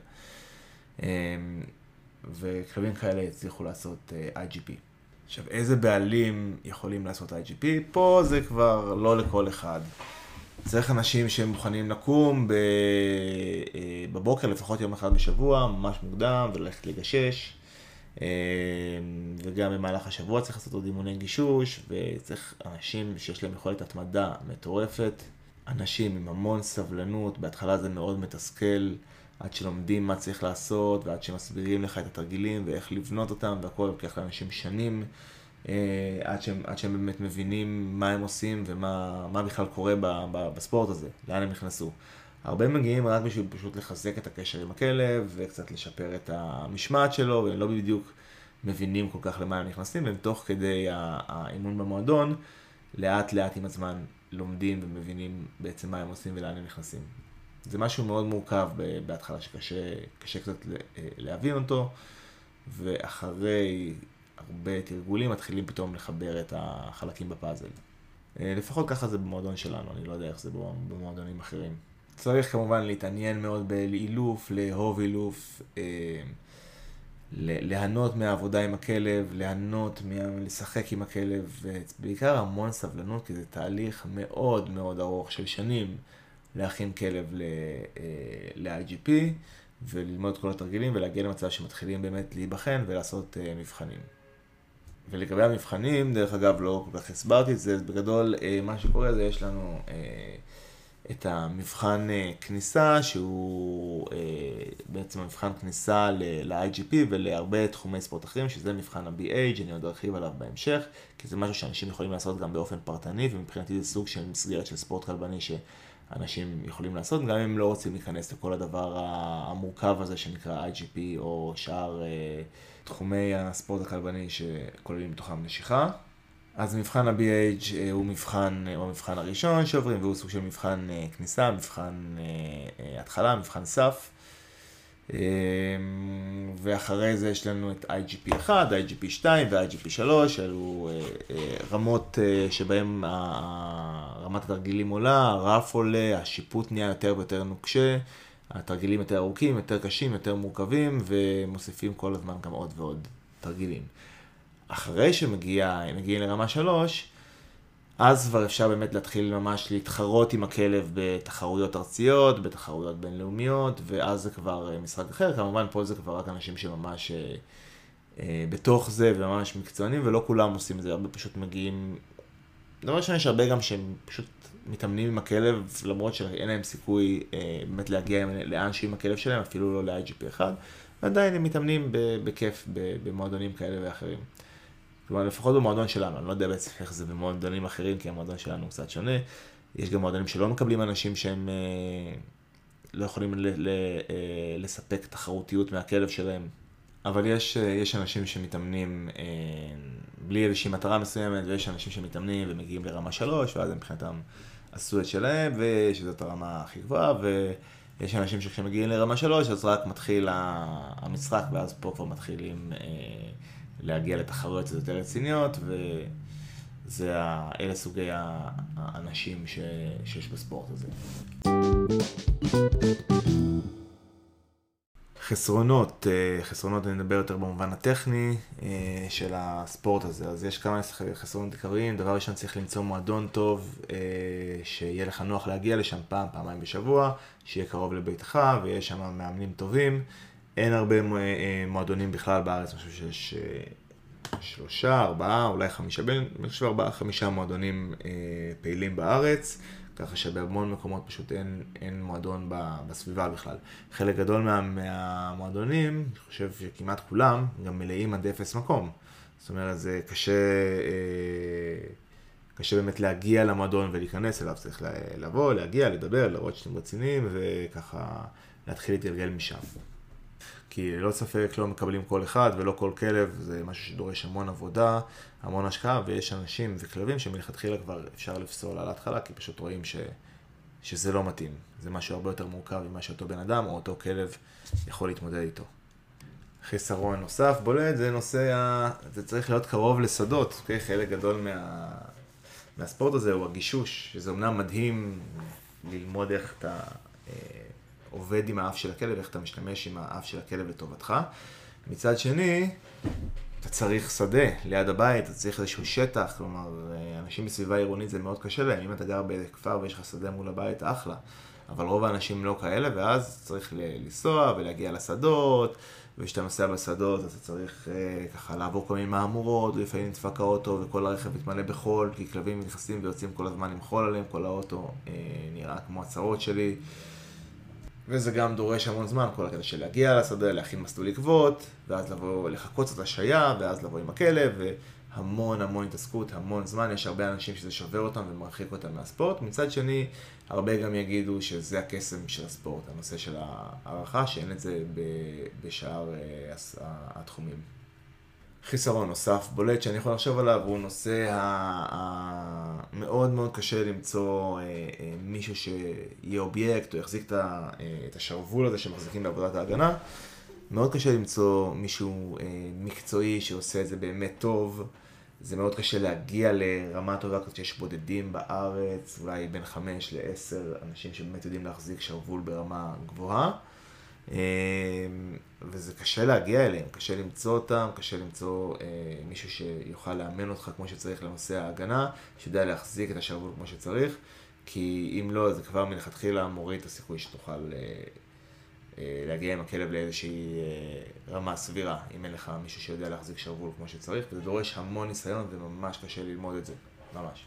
וכלבים כאלה יצליחו לעשות IGP. עכשיו, איזה בעלים יכולים לעשות IGP? פה זה כבר לא לכל אחד. צריך אנשים שהם מוכנים לקום בבוקר, לפחות יום אחד בשבוע, ממש מוקדם, וללכת לגשש. וגם במהלך השבוע צריך לעשות עוד אימוני גישוש, וצריך אנשים שיש להם יכולת התמדה מטורפת. אנשים עם המון סבלנות, בהתחלה זה מאוד מתסכל, עד שלומדים מה צריך לעשות, ועד שמסבירים לך את התרגילים ואיך לבנות אותם, והכל לוקח לאנשים שנים, עד שהם באמת מבינים מה הם עושים ומה בכלל קורה בספורט הזה, לאן הם נכנסו. הרבה מגיעים רק בשביל פשוט לחזק את הקשר עם הכלב, וקצת לשפר את המשמעת שלו, והם לא בדיוק מבינים כל כך למה הם נכנסים, והם תוך כדי האימון במועדון, לאט לאט עם הזמן לומדים ומבינים בעצם מה הם עושים ולאן הם נכנסים. זה משהו מאוד מורכב בהתחלה שקשה קצת להבין אותו, ואחרי הרבה תרגולים מתחילים פתאום לחבר את החלקים בפאזל. לפחות ככה זה במועדון שלנו, אני לא יודע איך זה במועדונים אחרים. צריך כמובן להתעניין מאוד באילוף, לאהוב אילוף, ליהנות מהעבודה עם הכלב, לשחק עם הכלב, ובעיקר המון סבלנות, כי זה תהליך מאוד מאוד ארוך של שנים להכין כלב ל-IGP, וללמוד כל התרגילים ולהגיע למצב שמתחילים באמת להיבחן ולעשות מבחנים. ולגבי המבחנים, דרך אגב, לא כל כך הסברתי את זה, בגדול מה שקורה זה יש לנו את המבחן כניסה, שהוא בעצם המבחן כניסה ל-IGP ולהרבה תחומי ספורט אחרים, שזה מבחן ה-BH, אני עוד ארחיב עליו בהמשך, כי זה משהו שאנשים יכולים לעשות גם באופן פרטני, ומבחינתי זה סוג של מסגרת של ספורט כלבני שאנשים יכולים לעשות, גם אם לא רוצים להיכנס לכל הדבר המורכב הזה שנקרא IGP או שאר תחומי הספורט הכלבני שכוללים בתוכם נשיכה. אז מבחן ה-BH הוא המבחן הראשון שעוברים, והוא סוג של מבחן כניסה, מבחן התחלה, מבחן סף. ואחרי זה יש לנו את IGP1, IGP2 ו-IGP3, אלו רמות שבהם רמת התרגילים עולה, הרף עולה, השיפוט נהיה יותר ויותר נוקשה, התרגילים יותר ארוכים, יותר קשים, יותר מורכבים, ומוסיפים כל הזמן גם עוד ועוד תרגילים. אחרי שמגיעים לרמה 3, אז כבר אפשר באמת להתחיל ממש להתחרות עם הכלב בתחרויות ארציות, בתחרויות בינלאומיות, ואז זה כבר משחק אחר. כמובן פה זה כבר רק אנשים שממש בתוך זה וממש מקצוענים, ולא כולם עושים את זה, הרבה פשוט מגיעים. דבר ראשון, יש הרבה גם שהם פשוט מתאמנים עם הכלב, למרות שאין להם סיכוי באמת להגיע לאן עם הכלב שלהם, אפילו לא ל-IGP1, ועדיין הם מתאמנים בכיף במועדונים כאלה ואחרים. כלומר, לפחות במועדון שלנו, אני לא יודע בעצם איך זה במועדונים אחרים, כי המועדון שלנו הוא קצת שונה. יש גם מועדונים שלא מקבלים אנשים שהם לא יכולים לספק תחרותיות מהכלב שלהם. אבל יש אנשים שמתאמנים בלי איזושהי מטרה מסוימת, ויש אנשים שמתאמנים ומגיעים לרמה 3, ואז הם מבחינתם עשו את שלהם, ושזאת הרמה הכי גבוהה, ויש אנשים שכשמגיעים לרמה 3, אז רק מתחיל המשחק, ואז פה כבר מתחילים להגיע לתחרויות יותר רציניות, אלה סוגי האנשים שיש בספורט הזה. חסרונות אני מדבר יותר במובן הטכני של הספורט הזה. אז יש כמה חסרונות עיקריים. דבר ראשון, צריך למצוא מועדון טוב, שיהיה לך נוח להגיע לשם פעמיים בשבוע, שיהיה קרוב לביתך, ויש שם מאמנים טובים. אין הרבה מועדונים בכלל בארץ, אני חושב שיש 3, 4, אולי 5, בין 4-5 מועדונים פעילים בארץ, ככה שבהמון מקומות פשוט אין מועדון בסביבה בכלל. חלק גדול מהמועדונים, אני חושב שכמעט כולם, גם מלאים עד 0 מקום. זאת אומרת, זה קשה באמת להגיע למועדון ולהיכנס אליו, צריך לבוא, להגיע, לדבר, לראות שאתם רציניים, וככה להתחיל להתגלגל משם. כי ללא ספק לא מקבלים כל אחד ולא כל כלב, זה משהו שדורש המון עבודה, המון השקעה, ויש אנשים וכלבים שמלכתחילה כבר אפשר לפסול על ההתחלה, כי פשוט רואים שזה לא מתאים. זה משהו הרבה יותר מורכב ממה שאותו בן אדם או אותו כלב יכול להתמודד איתו. חיסרון נוסף בולט, זה צריך להיות קרוב לשדות, okay? חלק גדול מהספורט הזה הוא הגישוש, שזה אמנם מדהים ללמוד איך אתה עובד עם האף של הכלב, איך אתה משתמש עם האף של הכלב לטובתך. מצד שני, אתה צריך שדה ליד הבית, אתה צריך איזשהו שטח, כלומר, אנשים בסביבה עירונית זה מאוד קשה להם. אם אתה גר בכפר ויש לך שדה מול הבית, אחלה. אבל רוב האנשים לא כאלה, ואז צריך לנסוע ולהגיע לשדות, וכשאתה נוסע בשדות, אז אתה צריך ככה לעבור כל מיני מהמורות, ולפעמים נדפק האוטו וכל הרכב מתמלא בחול, כי כלבים נכנסים ויוצאים כל הזמן עם חול עליהם, כל האוטו נראה כמו הצרות שלי. וזה גם דורש המון זמן, כל הקטע של להגיע לשדה, להכין מסלול עקבות, ואז לבוא לחכות את השעיה, ואז לבוא עם הכלב, והמון התעסקות, המון זמן. יש הרבה אנשים שזה שובר אותם ומרחיק אותם מהספורט. מצד שני, הרבה גם יגידו שזה הקסם של הספורט, הנושא של הערכה, שאין את זה בשאר התחומים. חיסרון נוסף בולט שאני יכול לחשוב עליו, הוא נושא מאוד מאוד קשה למצוא מישהו שיהיה אובייקט או יחזיק את השרוול הזה שמחזיקים בעבודת ההגנה. מאוד קשה למצוא מישהו מקצועי שעושה את זה באמת טוב. זה מאוד קשה להגיע לרמה טובה כזאת שיש בודדים בארץ, אולי בין 5 ל-10 אנשים שבאמת יודעים להחזיק שרוול ברמה גבוהה. וזה קשה להגיע אליהם, קשה למצוא אותם, קשה למצוא מישהו שיוכל לאמן אותך כמו שצריך לנושא ההגנה, שיודע להחזיק את השרוול כמו שצריך, כי אם לא, זה כבר מלכתחילה מוריד את הסיכוי שתוכל להגיע עם הכלב לאיזושהי רמה סבירה, אם אין לך מישהו שיודע להחזיק שרוול כמו שצריך, וזה דורש המון ניסיון וממש קשה ללמוד את זה, ממש.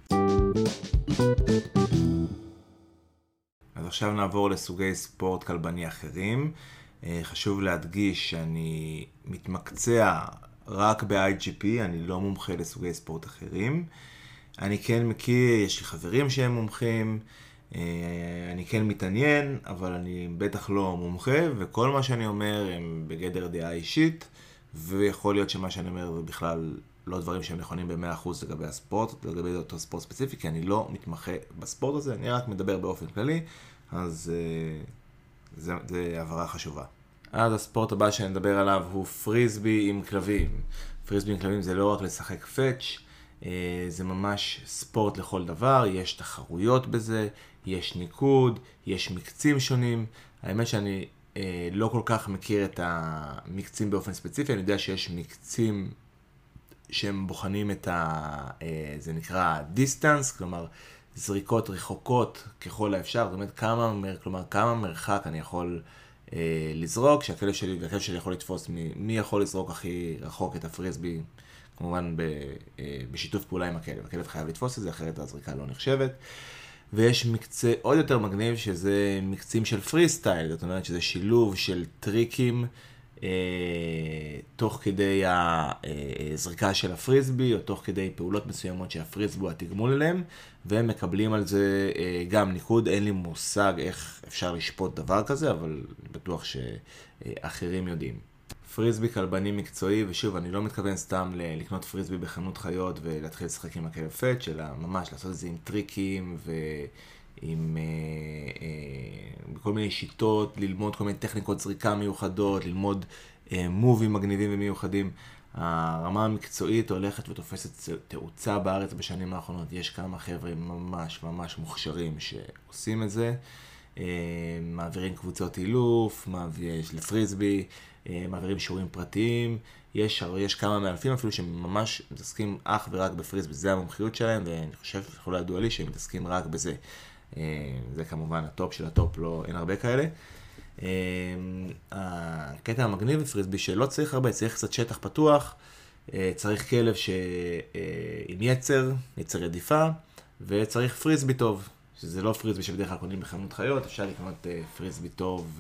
אז עכשיו נעבור לסוגי ספורט כלבני אחרים. חשוב להדגיש שאני מתמקצע רק ב-IGP, אני לא מומחה לסוגי ספורט אחרים. אני כן מכיר, יש לי חברים שהם מומחים, אני כן מתעניין, אבל אני בטח לא מומחה, וכל מה שאני אומר הם בגדר דעה אישית, ויכול להיות שמה שאני אומר זה בכלל לא דברים שהם נכונים ב-100% לגבי הספורט, לגבי אותו ספורט ספציפי, כי אני לא מתמחה בספורט הזה, אני רק מדבר באופן כללי, אז זה הבהרה חשובה. אז הספורט הבא שאני מדבר עליו הוא פריסבי עם כלבים. פריסבי עם כלבים זה לא רק לשחק פאץ', זה ממש ספורט לכל דבר, יש תחרויות בזה, יש ניקוד, יש מקצים שונים. האמת שאני לא כל כך מכיר את המקצים באופן ספציפי, אני יודע שיש מקצים שהם בוחנים את זה נקרא דיסטנס, כלומר זריקות רחוקות ככל האפשר, זאת אומרת כמה מרחק אני יכול לזרוק, שהכלב שלי יכול לתפוס מי יכול לזרוק הכי רחוק את הפריסבי, כמובן בשיתוף פעולה עם הכלב. הכלב חייב לתפוס את זה, אחרת הזריקה לא נחשבת. ויש מקצה עוד יותר מגניב, שזה מקצים של פרי סטייל, זאת אומרת שזה שילוב של טריקים תוך כדי הזריקה של הפריסבי, או תוך כדי פעולות מסוימות שהפריסבי הוא התגמול אליהם, והם מקבלים על זה גם ניקוד. אין לי מושג איך אפשר לשפוט דבר כזה, אבל בטוח שאחרים יודעים. פריסבי כלבני מקצועי, ושוב, אני לא מתכוון סתם לקנות פריסבי בחנות חיות ולהתחיל לשחק עם הכלב פאץ', אלא ממש לעשות את זה עם טריקים ועם כל מיני שיטות, ללמוד כל מיני טכניקות זריקה מיוחדות, ללמוד מובים מגניבים ומיוחדים. הרמה המקצועית הולכת ותופסת תאוצה בארץ בשנים האחרונות. יש כמה חבר'ה ממש ממש מוכשרים שעושים את זה. מעבירים קבוצות אילוף, לפריסבי, מעבירים שיעורים פרטיים. יש כמה מאלפים אפילו שממש מתעסקים אך ורק בפריסבי, זה המומחיות שלהם, ואני חושב, יכול להדוע לי שהם מתעסקים רק בזה. זה כמובן הטופ של הטופ, אין הרבה כאלה. הקטע המגניב בפריסבי שלא צריך הרבה, צריך קצת שטח פתוח, צריך כלב עם יצר רדיפה, וצריך פריסבי טוב, שזה לא פריסבי שבדרך כלל קונים בחנות חיות, אפשר לקנות פריסבי טוב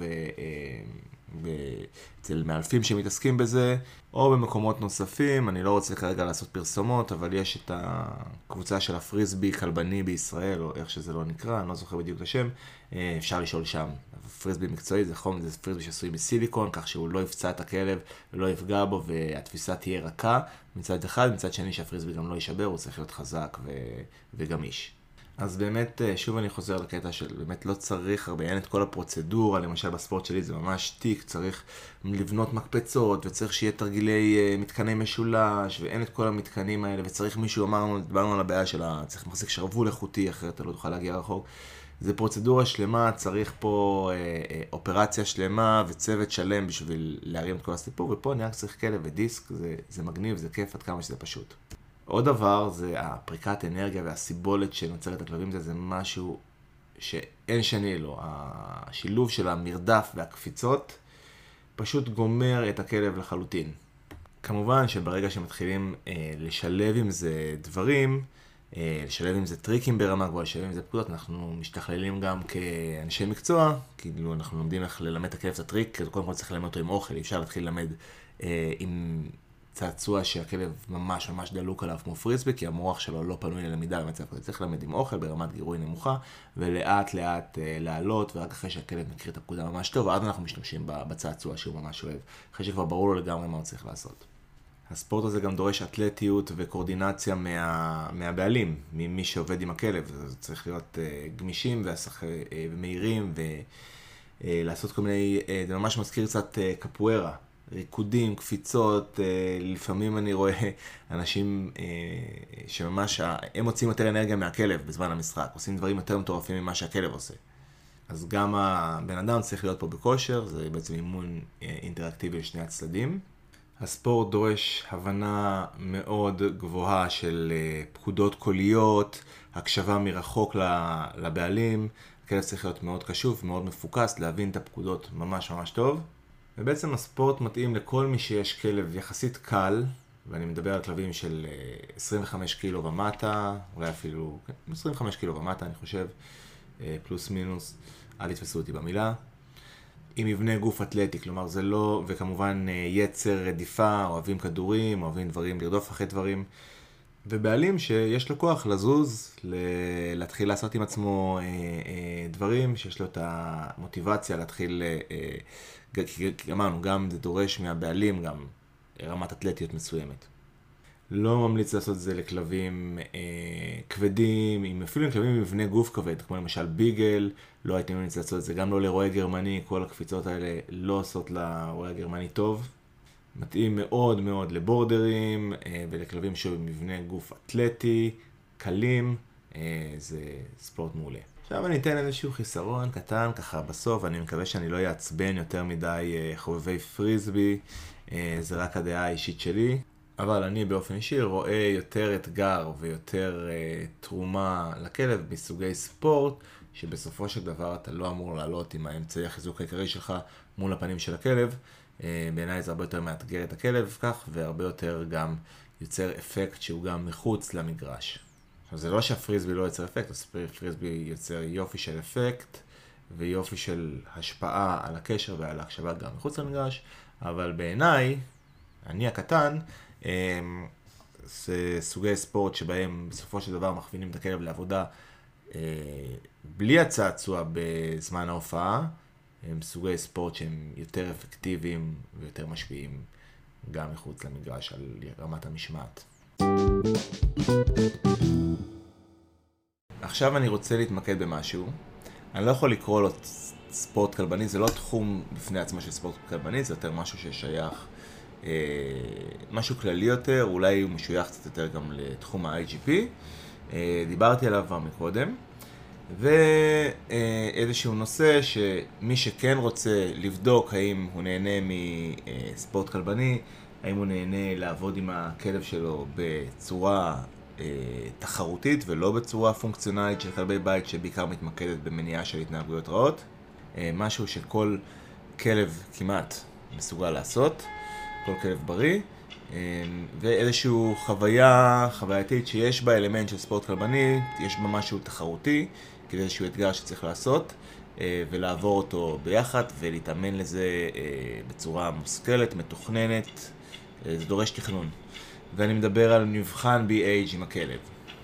אצל מאלפים שמתעסקים בזה, או במקומות נוספים. אני לא רוצה כרגע לעשות פרסומות, אבל יש את הקבוצה של הפריסבי כלבני בישראל, או איך שזה לא נקרא, אני לא זוכר בדיוק את השם, אפשר לשאול שם. פריסבי מקצועי זה פריסבי שעשוי מסיליקון, כך שהוא לא יפצע את הכלב ולא יפגע בו, והתפיסה תהיה רכה מצד אחד, מצד שני שהפריסבי גם לא יישבר, הוא צריך להיות חזק וגמיש. אז באמת, שוב אני חוזר לקטע של באמת לא צריך הרבה, אין את כל הפרוצדורה, למשל בספורט שלי זה ממש תיק, צריך לבנות מקפצות, וצריך שיהיה תרגילי מתקני משולש, ואין את כל המתקנים האלה, וצריך מישהו, דיברנו על הבעיה שלה, צריך מחזיק שרוול איכותי, אחרת אתה לא תוכל להגיע רחוק. זה פרוצדורה שלמה, צריך פה אופרציה שלמה וצוות שלם בשביל להרים את כל הסיפור, ופה אני רק צריך כלב ודיסק, זה מגניב, זה כיף עד כמה שזה פשוט. עוד דבר זה הפריקת אנרגיה והסיבולת שנוצרת הכלבים, זה משהו שאין שני לו. השילוב של המרדף והקפיצות פשוט גומר את הכלב לחלוטין. כמובן שברגע שמתחילים לשלב עם זה דברים, לשלב עם זה טריקים ברמה גבוהה, לשלב עם זה פקודות, אנחנו משתכללים גם כאנשי מקצוע, כאילו אנחנו לומדים איך ללמד את הכלב את הטריק, קודם כל צריך ללמד אותו עם אוכל, אפשר להתחיל ללמד עם צעצוע שהכלב ממש ממש דלוק עליו כמו פריסבי, כי המוח שלו לא פנוי ללמידה במצב כזה. צריך ללמד עם אוכל ברמת גירוי נמוכה, ולאט לאט לעלות, ורק אחרי שהכלב מכיר את הפקודה ממש טוב, ואז אנחנו משתמשים בצעצוע שהוא ממש אוהב, אחרי שכבר ברור לו לגמרי מה הוא צריך לעשות. הספורט הזה גם דורש אתלטיות וקורדינציה מהבעלים, ממי שעובד עם הכלב. זה צריך להיות גמישים ומהירים, ולעשות כל מיני, זה ממש מזכיר קצת קפוארה. ריקודים, קפיצות, לפעמים אני רואה אנשים שממש, הם מוצאים יותר אנרגיה מהכלב בזמן המשחק, עושים דברים יותר מטורפים ממה שהכלב עושה. אז גם הבן אדם צריך להיות פה בכושר, זה בעצם אימון אינטראקטיבי לשני הצדדים. הספורט דורש הבנה מאוד גבוהה של פקודות קוליות, הקשבה מרחוק לבעלים, הכלב צריך להיות מאוד קשוב, מאוד מפוקס, להבין את הפקודות ממש ממש טוב. ובעצם הספורט מתאים לכל מי שיש כלב יחסית קל, ואני מדבר על כלבים של 25 קילו ומטה, אולי אפילו 25 קילו ומטה אני חושב, פלוס מינוס, אל תתפסו אותי במילה. עם מבנה גוף אתלטי, כלומר זה לא, וכמובן יצר רדיפה, אוהבים כדורים, אוהבים דברים, לרדוף אחרי דברים, ובעלים שיש לו כוח לזוז, להתחיל לעשות עם עצמו דברים, שיש לו את המוטיבציה להתחיל, כי אמרנו, גם זה דורש מהבעלים גם רמת אתלטיות מסוימת. לא ממליץ לעשות את זה לכלבים כבדים, אפילו עם כלבים עם מבנה גוף כבד, כמו למשל ביגל, לא הייתי ממליץ לעשות את זה, גם לא לרועה גרמני, כל הקפיצות האלה לא עושות לרועה גרמני טוב. מתאים מאוד מאוד לבורדרים ולכלבים שבמבנה גוף אתלטי, קלים, זה ספורט מעולה. עכשיו אני אתן איזשהו חיסרון קטן ככה בסוף, אני מקווה שאני לא יעצבן יותר מדי חובבי פריסבי, זה רק הדעה האישית שלי. אבל אני באופן אישי רואה יותר אתגר ויותר תרומה לכלב מסוגי ספורט, שבסופו של דבר אתה לא אמור לעלות עם האמצעי החיזוק העיקרי שלך מול הפנים של הכלב. בעיניי זה הרבה יותר מאתגר את הכלב כך, והרבה יותר גם יוצר אפקט שהוא גם מחוץ למגרש. עכשיו זה לא שהפריסבי לא יוצר אפקט, הפריסבי יוצר יופי של אפקט ויופי של השפעה על הקשר ועל ההקשבה גם מחוץ למגרש, אבל בעיניי, אני הקטן, זה סוגי ספורט שבהם בסופו של דבר מכווינים את הכלב לעבודה בלי הצעצוע בזמן ההופעה, הם סוגי ספורט שהם יותר אפקטיביים ויותר משפיעים גם מחוץ למגרש על רמת המשמעת. עכשיו אני רוצה להתמקד במשהו. אני לא יכול לקרוא לו ספורט כלבני, זה לא תחום בפני עצמו של ספורט כלבני, זה יותר משהו ששייך משהו כללי יותר, אולי הוא משוייך קצת יותר גם לתחום ה-IGP, דיברתי עליו כבר מקודם, ואיזשהו נושא שמי שכן רוצה לבדוק האם הוא נהנה מספורט כלבני, האם הוא נהנה לעבוד עם הכלב שלו בצורה תחרותית ולא בצורה פונקציונלית של כלבי בית שבעיקר מתמקדת במניעה של התנהגויות רעות, משהו שכל כלב כמעט מסוגל לעשות, כל כלב בריא, ואיזשהו חווייתית שיש בה אלמנט של ספורט כלבני, יש בה משהו תחרותי, כדי איזשהו אתגר שצריך לעשות, ולעבור אותו ביחד ולהתאמן לזה בצורה מושכלת, מתוכננת, זה דורש תכנון. ואני מדבר על מבחן BH עם הכלב.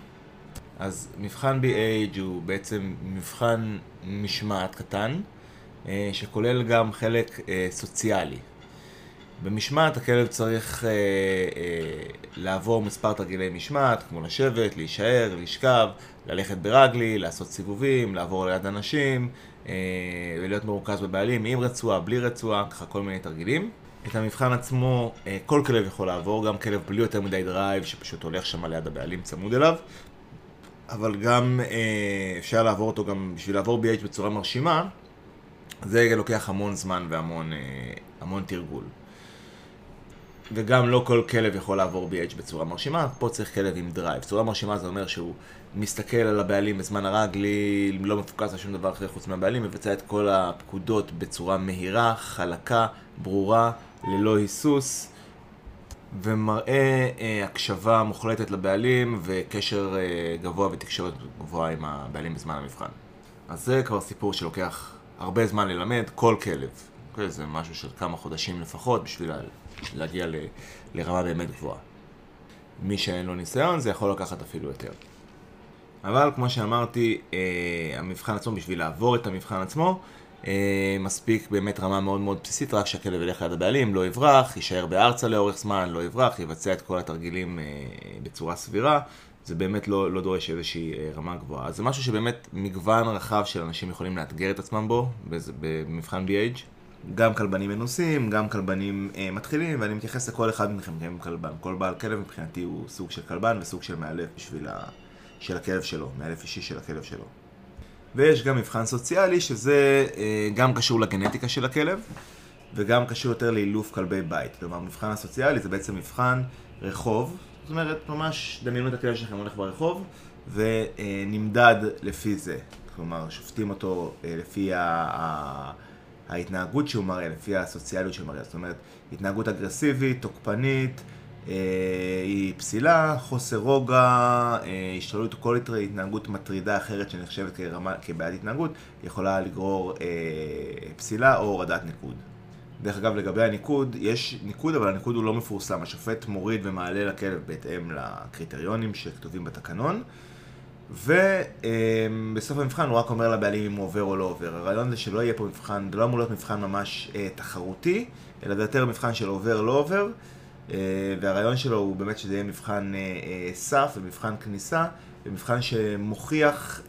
אז מבחן BH הוא בעצם מבחן משמעת קטן, שכולל גם חלק סוציאלי. במשמעת הכלב צריך לעבור מספר תרגילי משמעת, כמו לשבת, להישאר, לשכב, ללכת ברגלי, לעשות סיבובים, לעבור ליד אנשים, ולהיות מרוכז בבעלים עם רצועה, בלי רצועה, ככה כל מיני תרגילים. את המבחן עצמו כל כלב יכול לעבור, גם כלב בלי יותר מדי דרייב שפשוט הולך שם ליד הבעלים צמוד אליו, אבל גם אפשר לעבור אותו גם בשביל לעבור BH בצורה מרשימה, זה לוקח המון זמן והמון תרגול. וגם לא כל כלב יכול לעבור BH בצורה מרשימה, פה צריך כלב עם דרייב. צורה מרשימה זה אומר שהוא מסתכל על הבעלים בזמן הרגלי, לא מפוקס על שום דבר אחרי חוץ מהבעלים, מבצע את כל הפקודות בצורה מהירה, חלקה, ברורה, ללא היסוס, ומראה הקשבה מוחלטת לבעלים וקשר גבוה ותקשורת גבוהה עם הבעלים בזמן המבחן. אז זה כבר סיפור שלוקח הרבה זמן ללמד, כל כלב. זה משהו של כמה חודשים לפחות בשביל להגיע לרמה באמת גבוהה. מי שאין לו ניסיון זה יכול לקחת אפילו יותר. אבל כמו שאמרתי, המבחן עצמו, בשביל לעבור את המבחן עצמו, מספיק באמת רמה מאוד מאוד בסיסית, רק שהכלב ילך ליד הבעלים, לא יברח, יישאר בארצה לאורך זמן, לא יברח, יבצע את כל התרגילים בצורה סבירה. זה באמת לא דורש איזושהי רמה גבוהה. אז זה משהו שבאמת מגוון רחב של אנשים יכולים לאתגר את עצמם בו, במבחן BH. גם כלבנים מנוסים, גם כלבנים מתחילים, ואני מתייחס לכל אחד מכם כלבן. כל בעל כלב מבחינתי הוא סוג של כלבן וסוג של מאלף של הכלב שלו, מאלף אישי של הכלב שלו. ויש גם מבחן סוציאלי, שזה גם קשור לגנטיקה של הכלב, וגם קשור יותר לאילוף כלבי בית. כלומר, מבחן הסוציאלי זה בעצם מבחן רחוב, זאת אומרת, ממש דמיינו את הכלב שלכם הולך ברחוב, ונמדד לפי זה. כלומר, שופטים אותו לפי ההתנהגות שהוא מראה, לפי הסוציאליות שהוא מראה. זאת אומרת, התנהגות אגרסיבית, תוקפנית, היא פסילה, חוסר רוגע, השתוללות, כל התנהגות מטרידה אחרת שנחשבת כבעיית התנהגות, יכולה לגרור פסילה או הורדת ניקוד. דרך אגב, לגבי הניקוד, יש ניקוד, אבל הניקוד הוא לא מפורסם. השופט מוריד ומעלה לכלב בהתאם לקריטריונים שכתובים בתקנון, ובסוף המבחן הוא רק אומר לבעלים אם הוא עובר או לא עובר. הרעיון זה שלא יהיה פה מבחן, זה לא אמור להיות מבחן ממש תחרותי, אלא זה יותר מבחן של עובר לא עובר, והרעיון שלו הוא באמת שזה יהיה מבחן סף ומבחן כניסה, ומבחן שמוכיח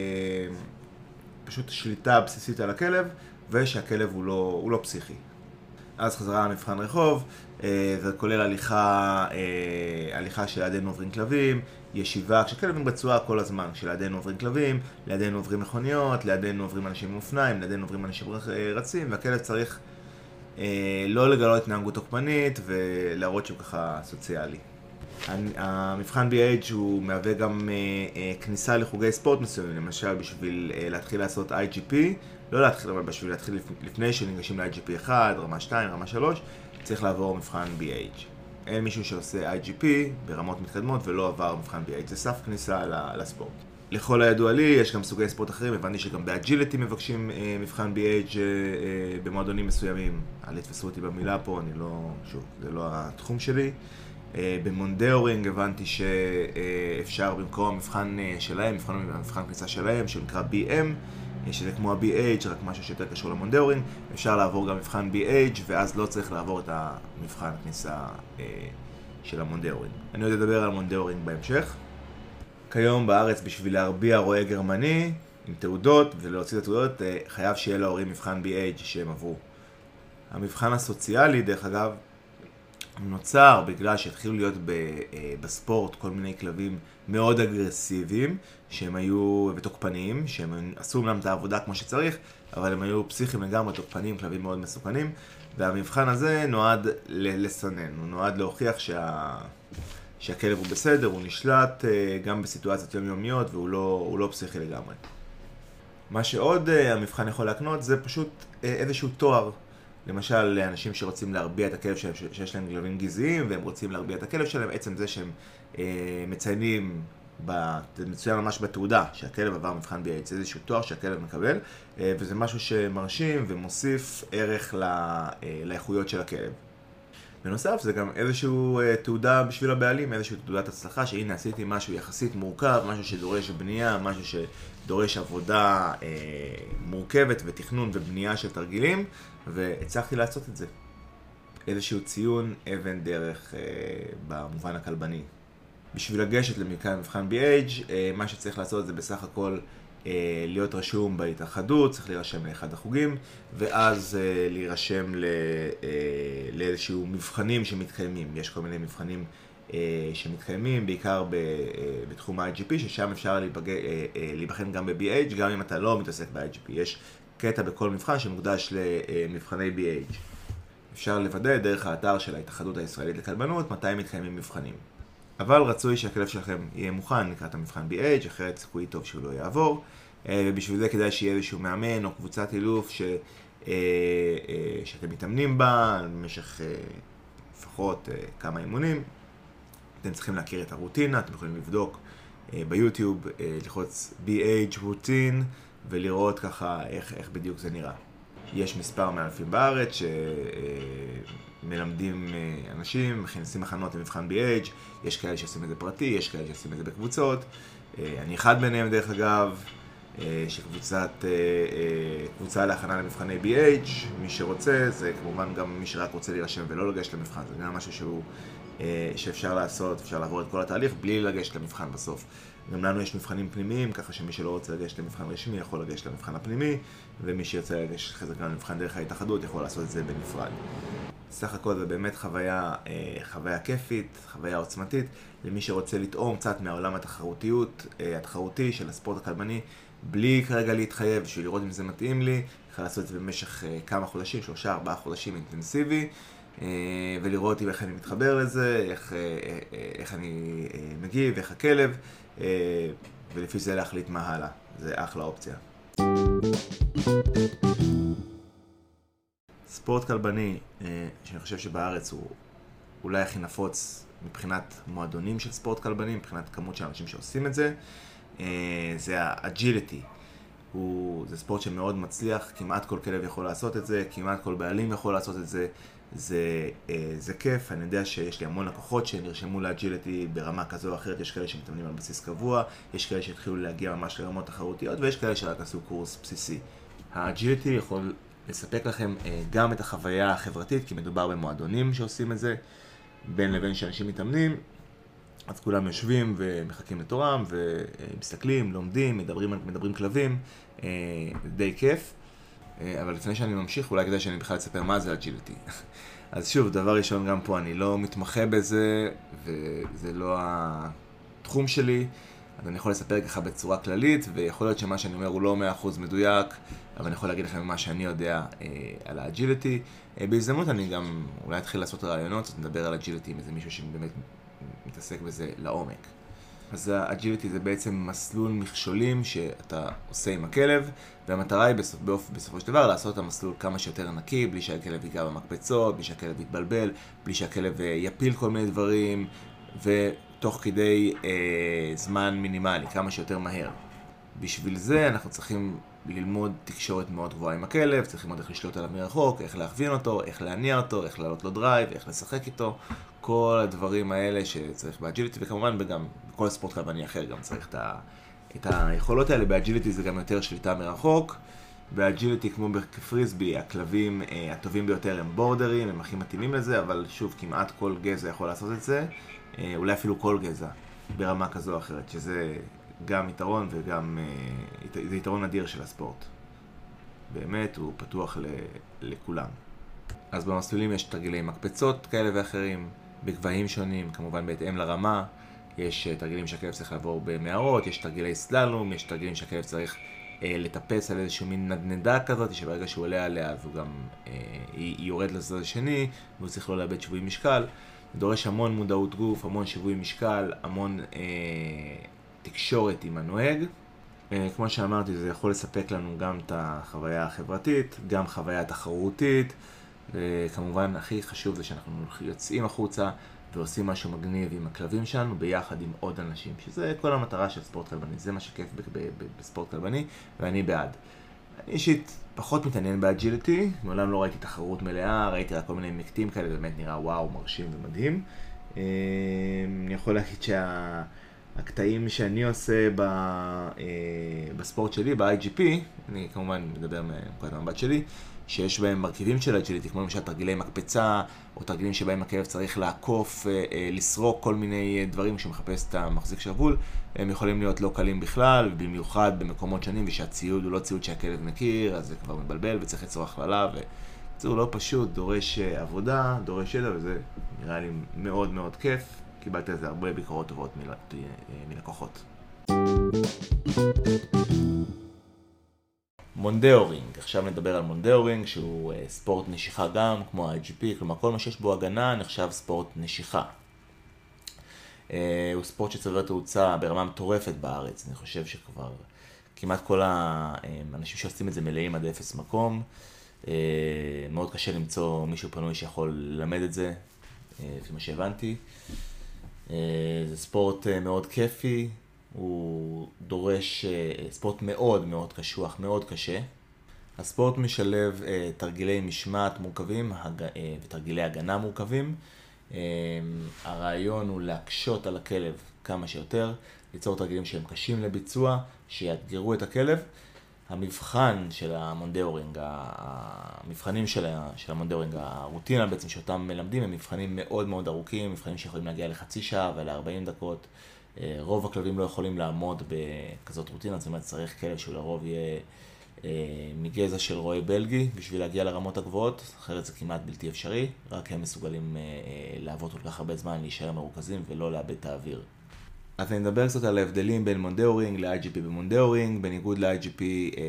פשוט שליטה בסיסית על הכלב, ושהכלב הוא לא פסיכי. אז חזרה למבחן רחוב, זה כולל הליכה שלידינו עוברים כלבים, ישיבה, כשכלבים בצורה כל הזמן, כשלידינו עוברים כלבים, לידינו עוברים מכוניות, לידינו עוברים אנשים עם אופניים, לידינו עוברים אנשים רצים, והכלב צריך לא לגלות התנהגות תוקפנית ולהראות שהוא ככה סוציאלי. המבחן BH הוא מהווה גם כניסה לחוגי ספורט מסוימים, למשל בשביל להתחיל לעשות IGP, לא להתחיל, אבל בשביל להתחיל לפני שניגשים ל-IGP 1, רמה 2, רמה 3, צריך לעבור מבחן BH. אין מישהו שעושה IGP ברמות מתקדמות ולא עבר מבחן BH, זה סף כניסה לספורט. לכל הידוע לי, יש גם סוגי ספורט אחרים, הבנתי שגם באג'יליטי מבקשים מבחן BH במועדונים מסוימים. אל תתפסו אותי במילה פה, זה לא התחום שלי. במונדאורינג הבנתי שאפשר במקום המבחן שלהם, מבחן כניסה שלהם, שנקרא BM, שזה כמו ה-BH, רק משהו שיותר קשור למונדאורינג, אפשר לעבור גם מבחן BH, ואז לא צריך לעבור את המבחן הכניסה של המונדאורינג. אני עוד אדבר על מונדאורינג בהמשך. כיום בארץ בשביל להרביע רועה גרמני עם תעודות ולהוציא את התעודות, חייב שיהיה להורים מבחן BH שהם עברו. המבחן הסוציאלי, דרך אגב, נוצר בגלל שהתחילו להיות בספורט כל מיני כלבים מאוד אגרסיביים, שהם היו ותוקפניים, שהם עשו להם את העבודה כמו שצריך, אבל הם היו פסיכיים לגמרי, תוקפניים, כלבים מאוד מסוכנים, והמבחן הזה נועד לסנן, הוא נועד להוכיח שהכלב הוא בסדר, הוא נשלט גם בסיטואציות יומיומיות והוא לא פסיכי לגמרי. מה שעוד המבחן יכול להקנות זה פשוט איזשהו תואר. למשל, לאנשים שרוצים להרביע את הכלב שלהם, שיש להם כלבים גזעיים, והם רוצים להרביע את הכלב שלהם, עצם זה שהם מציינים, מצוין ממש בתעודה, שהכלב עבר מבחן BH, זה איזשהו תואר שהכלב מקבל, וזה משהו שמרשים ומוסיף ערך לאיכויות של הכלב. בנוסף, זה גם איזשהו תעודה בשביל הבעלים, איזשהו תעודת הצלחה, שהנה עשיתי משהו יחסית מורכב, משהו שדורש בנייה, משהו שדורש עבודה מורכבת ותכנון ובנייה של תרגילים, והצלחתי לעשות את זה. איזשהו ציון אבן דרך במובן הכלבני. בשביל לגשת למבחן BH, מה שצריך לעשות זה בסך הכל להיות רשום בהתאחדות, צריך להירשם לאחד החוגים, ואז להירשם לאיזשהו מבחנים שמתקיימים. יש כל מיני מבחנים שמתקיימים, בעיקר בתחום ה-IGP, ששם אפשר להיבחן גם ב-BH, גם אם אתה לא מתעסק ב-IGP. יש קטע בכל מבחן שמוקדש למבחני BH. אפשר לוודא דרך האתר של ההתאחדות הישראלית לכלבנות מתי מתקיימים מבחנים. אבל רצוי שהכלב שלכם יהיה מוכן לקראת המבחן BH, אחרת סיכוי טוב שהוא לא יעבור. ובשביל זה כדאי שיהיה איזשהו מאמן או קבוצת אילוף שאתם מתאמנים בה במשך לפחות כמה אימונים. אתם צריכים להכיר את הרוטינה, אתם יכולים לבדוק ביוטיוב, לחוץ BH רוטין ולראות ככה איך בדיוק זה נראה. יש מספר מאלפים בארץ שמלמדים אנשים, מכנסים הכנות למבחן BH, יש כאלה שעושים את זה פרטי, יש כאלה שעושים את זה בקבוצות. אני אחד ביניהם דרך אגב, קבוצה להכנה למבחני BH, מי שרוצה, זה כמובן גם מי שרק רוצה להירשם ולא לגשת למבחן, זה גם משהו שאפשר לעשות, אפשר לעבור את כל התהליך בלי לגשת למבחן בסוף. גם לנו יש מבחנים פנימיים, ככה שמי שלא רוצה לגשת למבחן רשמי יכול לגשת למבחן הפנימי, ומי שירצה לגשת חזק גם למבחן דרך ההתאחדות יכול לעשות את זה בנפרד. סך הכל זה באמת חוויה כיפית, חוויה עוצמתית, למי שרוצה לטעום קצת מהעולם התחרותי של הספורט הכלבני, בלי כרגע להתחייב, בשביל לראות אם זה מתאים לי, יכול לעשות את זה במשך כמה חודשים, 3-4 חודשים אינטנסיבי, ולראות איך אני מתחבר לזה, איך אני מגיב, איך הכלב, ולפי זה להחליט מה הלאה. זה אחלה אופציה. ספורט כלבני, שאני חושב שבארץ הוא אולי הכי נפוץ מבחינת מועדונים של ספורט כלבני, מבחינת כמות של אנשים שעושים את זה, זה האג'יליטי. זה ספורט שמאוד מצליח, כמעט כל כלב יכול לעשות את זה, כמעט כל בעלים יכול לעשות את זה. זה כיף, אני יודע שיש לי המון לקוחות שנרשמו לאג'יליטי ברמה כזו או אחרת, יש כאלה שמתאמנים על בסיס קבוע, יש כאלה שהתחילו להגיע ממש לרמות תחרותיות, ויש כאלה שרק עשו קורס בסיסי. האג'יליטי יכול לספק לכם גם את החוויה החברתית, כי מדובר במועדונים שעושים את זה, בין לבין שאנשים מתאמנים, אז כולם יושבים ומחכים לתורם ומסתכלים, לומדים, מדברים כלבים, די כיף. אבל לפני שאני ממשיך, אולי כדאי שאני בכלל אספר מה זה אג'יליטי. אז שוב, דבר ראשון, גם פה אני לא מתמחה בזה, וזה לא התחום שלי, אז אני יכול לספר ככה בצורה כללית, ויכול להיות שמה שאני אומר הוא לא 100% מדויק, אבל אני יכול להגיד לכם מה שאני יודע על האג'יליטי. בהזדמנות אני גם אולי אתחיל לעשות רעיונות, אז נדבר על אג'יליטי עם איזה מישהו שבאמת מתעסק בזה לעומק. אז האג'יליטי זה בעצם מסלול מכשולים שאתה עושה עם הכלב, והמטרה היא בסופו של דבר לעשות את המסלול כמה שיותר נקי, בלי שהכלב ייגע במקפצות, בלי שהכלב יתבלבל, בלי שהכלב יפיל כל מיני דברים, ותוך כדי זמן מינימלי, כמה שיותר מהר. בשביל זה אנחנו צריכים ללמוד תקשורת מאוד גבוהה עם הכלב, צריכים ללמוד איך לשלוט עליו מרחוק, איך להכווין אותו, איך להניע אותו, איך לעלות לו דרייב, איך לשחק איתו, כל הדברים האלה שצריך באג'יליטי, וכמובן גם בכל ספורט כלבני אחר גם צריך את היכולות האלה. באג'יליטי זה גם יותר שליטה מרחוק. באג'יליטי כמו בפריסבי, הכלבים הטובים ביותר הם בורדרים, הם הכי מתאימים לזה, אבל שוב, כמעט כל גזע יכול לעשות את זה, אולי אפילו כל גזע ברמה כזו או אחרת, שזה גם יתרון וגם זה יתרון נדיר של הספורט. באמת הוא פתוח לכולם. אז במסלולים יש תרגילי מקפצות כאלה ואחרים, בגבהים שונים, כמובן בהתאם לרמה. יש תרגילים שהכלב צריך לעבור במערות, יש תרגילי סללום, יש תרגילים שהכלב צריך לטפס על איזשהו מין נדנדה כזאת, שברגע שהוא עולה עליה אז הוא גם יורד לצד השני, והוא צריך לא לאבד שיווי משקל. זה דורש המון מודעות גוף, המון שיווי משקל, המון תקשורת עם הנוהג. כמו שאמרתי, זה יכול לספק לנו גם את החוויה החברתית, גם חוויה תחרותית, וכמובן הכי חשוב זה שאנחנו יוצאים החוצה ועושים משהו מגניב עם הכלבים שלנו ביחד עם עוד אנשים, שזה כל המטרה של ספורט כלבני, זה מה שכיף בספורט כלבני, ואני בעד. אני אישית פחות מתעניין באג'יליטי, מעולם לא ראיתי תחרות מלאה, ראיתי רק כל מיני מקטים כאלה, באמת נראה וואו, מרשים ומדהים. אני יכול להגיד הקטעים שאני עושה בספורט שלי, ב-IGP, אני כמובן מדבר מנקודת המבט שלי, שיש בהם מרכיבים של אג'יליטי, כמו למשל תרגילי מקפצה, או תרגילים שבהם הכלב צריך לעקוף, לסרוק כל מיני דברים כשהוא מחפש את המחזיק שרוול, הם יכולים להיות לא קלים בכלל, במיוחד במקומות שונים, ושהציוד הוא לא ציוד שהכלב מכיר, אז זה כבר מבלבל וצריך ליצור הכללה, וזה לא פשוט, דורש עבודה, דורש ידע, וזה נראה לי מאוד מאוד כיף. קיבלתי על זה הרבה ביקורות טובות מלקוחות. מונדאורינג, עכשיו נדבר על מונדאורינג שהוא ספורט נשיכה גם, כמו ה-IGP, כלומר כל מה שיש בו הגנה נחשב ספורט נשיכה. הוא ספורט שצובר תאוצה ברמה מטורפת בארץ, אני חושב שכבר כמעט כל האנשים שעושים את זה מלאים עד אפס מקום. מאוד קשה למצוא מישהו פנוי שיכול ללמד את זה, לפי מה שהבנתי. זה ספורט מאוד כיפי, הוא דורש ספורט מאוד מאוד קשוח, מאוד קשה. הספורט משלב תרגילי משמעת מורכבים ותרגילי הגנה מורכבים. הרעיון הוא להקשות על הכלב כמה שיותר, ליצור תרגילים שהם קשים לביצוע, שיאתגרו את הכלב. המבחן של המונדאורינג, המבחנים של המונדאורינג, הרוטינה בעצם שאותם מלמדים, הם מבחנים מאוד מאוד ארוכים, מבחנים שיכולים להגיע לחצי שעה ול-40 דקות. רוב הכלבים לא יכולים לעמוד בכזאת רוטינה, זאת אומרת צריך כלב שהוא לרוב יהיה מגזע של רועה בלגי בשביל להגיע לרמות הגבוהות, אחרת זה כמעט בלתי אפשרי, רק הם מסוגלים לעבוד כל כך הרבה זמן, להישאר מרוכזים ולא לאבד את האוויר. אז אני מדבר קצת על ההבדלים בין מונדאורינג ל-IGP. במונדאורינג, בניגוד ל-IGP,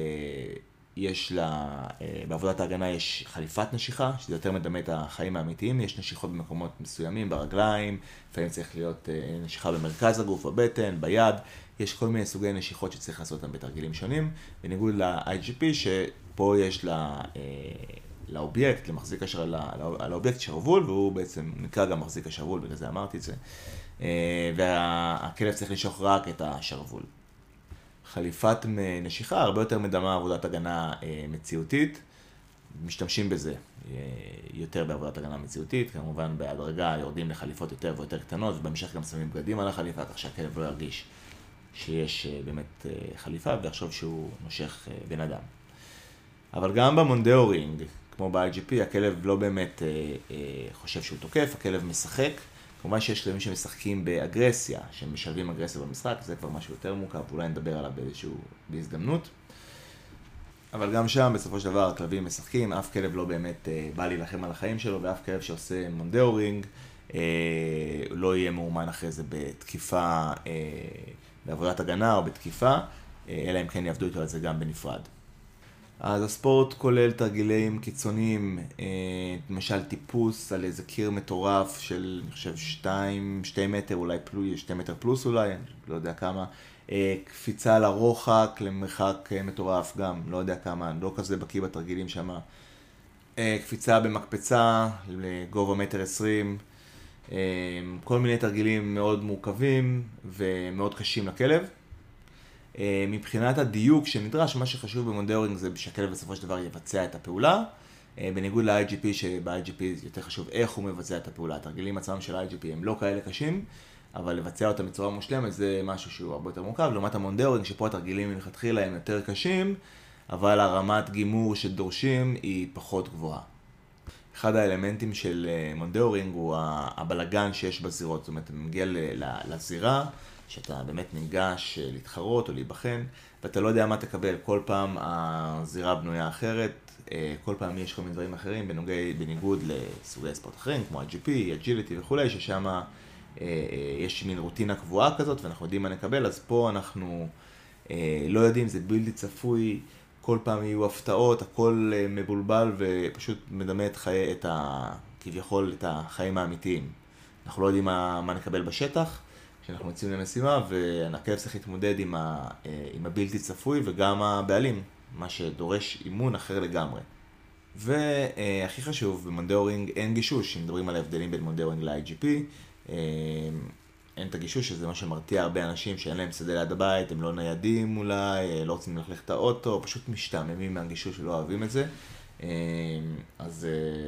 בעבודת ההגנה יש חליפת נשיכה, שזה יותר מדמה את החיים האמיתיים. יש נשיכות במקומות מסוימים, ברגליים, לפעמים צריך להיות נשיכה במרכז הגוף, בבטן, ביד. יש כל מיני סוגי נשיכות שצריך לעשות אותם בתרגילים שונים. בניגוד ל-IGP, שפה יש לאובייקט, למחזיק לאובייקט שרוול, והוא בעצם נקרא גם מחזיק השרוול, בגלל זה אמרתי את זה. והכלב צריך לשוך רק את השרוול. חליפת נשיכה הרבה יותר מדמה עבודת הגנה מציאותית, משתמשים בזה יותר בעבודת הגנה מציאותית, כמובן בהדרגה יורדים לחליפות יותר ויותר קטנות, ובהמשך גם שמים בגדים על החליפה, כך שהכלב לא ירגיש שיש באמת חליפה ויחשוב שהוא נושך בן אדם. אבל גם במונדאורינג, כמו ב-IGP, הכלב לא באמת חושב שהוא תוקף, הכלב משחק. כמובן שיש כלבים שמשחקים באגרסיה, שהם משלבים אגרסיה במשחק, זה כבר משהו יותר מורכב, אולי נדבר עליו בהזדמנות. אבל גם שם, בסופו של דבר, הכלבים משחקים, אף כלב לא באמת בא להילחם על החיים שלו, ואף כלב שעושה מונדאורינג לא יהיה מאומן אחרי זה בתקיפה, בעבודת הגנה או בתקיפה, אלא אם כן יעבדו איתו על זה גם בנפרד. אז הספורט כולל תרגילים קיצוניים, למשל טיפוס על איזה קיר מטורף של, אני חושב, 2 מטר, אולי 2 מטר פלוס אולי, לא יודע כמה, קפיצה לרוחק, למרחק מטורף גם, לא יודע כמה, לא כזה בקיא בתרגילים שם, קפיצה במקפצה לגובה 1.20 מטר, כל מיני תרגילים מאוד מורכבים ומאוד קשים לכלב. מבחינת הדיוק שנדרש, מה שחשוב במונדאורינג זה שהכלב בסופו של דבר יבצע את הפעולה, בניגוד ל-IGP, שב-IGP יותר חשוב איך הוא מבצע את הפעולה. התרגילים עצמם של ה-IGP הם לא כאלה קשים, אבל לבצע אותם בצורה מושלמת זה משהו שהוא הרבה יותר מורכב. לעומת המונדאורינג, שפה התרגילים מלכתחילה הם יותר קשים, אבל הרמת גימור שדורשים היא פחות גבוהה. אחד האלמנטים של מונדאורינג הוא הבלגן שיש בזירות, זאת אומרת, אתה מגיע לזירה, שאתה באמת ניגש להתחרות או להיבחן, ואתה לא יודע מה תקבל. כל פעם הזירה בנויה אחרת, כל פעם יש כל מיני דברים אחרים, בניגוד לסוגי ספורט אחרים, כמו IGP, Agility וכולי, ששם יש מין רוטינה קבועה כזאת, ואנחנו יודעים מה נקבל, אז פה אנחנו לא יודעים, זה בלתי צפוי, כל פעם יהיו הפתעות, הכל מבולבל ופשוט מדמה כביכול את החיים האמיתיים. אנחנו לא יודעים מה נקבל בשטח, כשאנחנו יוצאים למשימה, והכלב צריך להתמודד עם הבלתי צפוי וגם הבעלים, מה שדורש אימון אחר לגמרי. והכי חשוב, במונדאורינג אין גישוש, אם מדברים על ההבדלים בין מונדאורינג ל-IGP, אין את הגישוש, שזה מה שמרתיע הרבה אנשים שאין להם שדה ליד הבית, הם לא ניידים אולי, לא רוצים ללכת את האוטו, פשוט משתעממים מהגישוש ולא אוהבים את זה. אז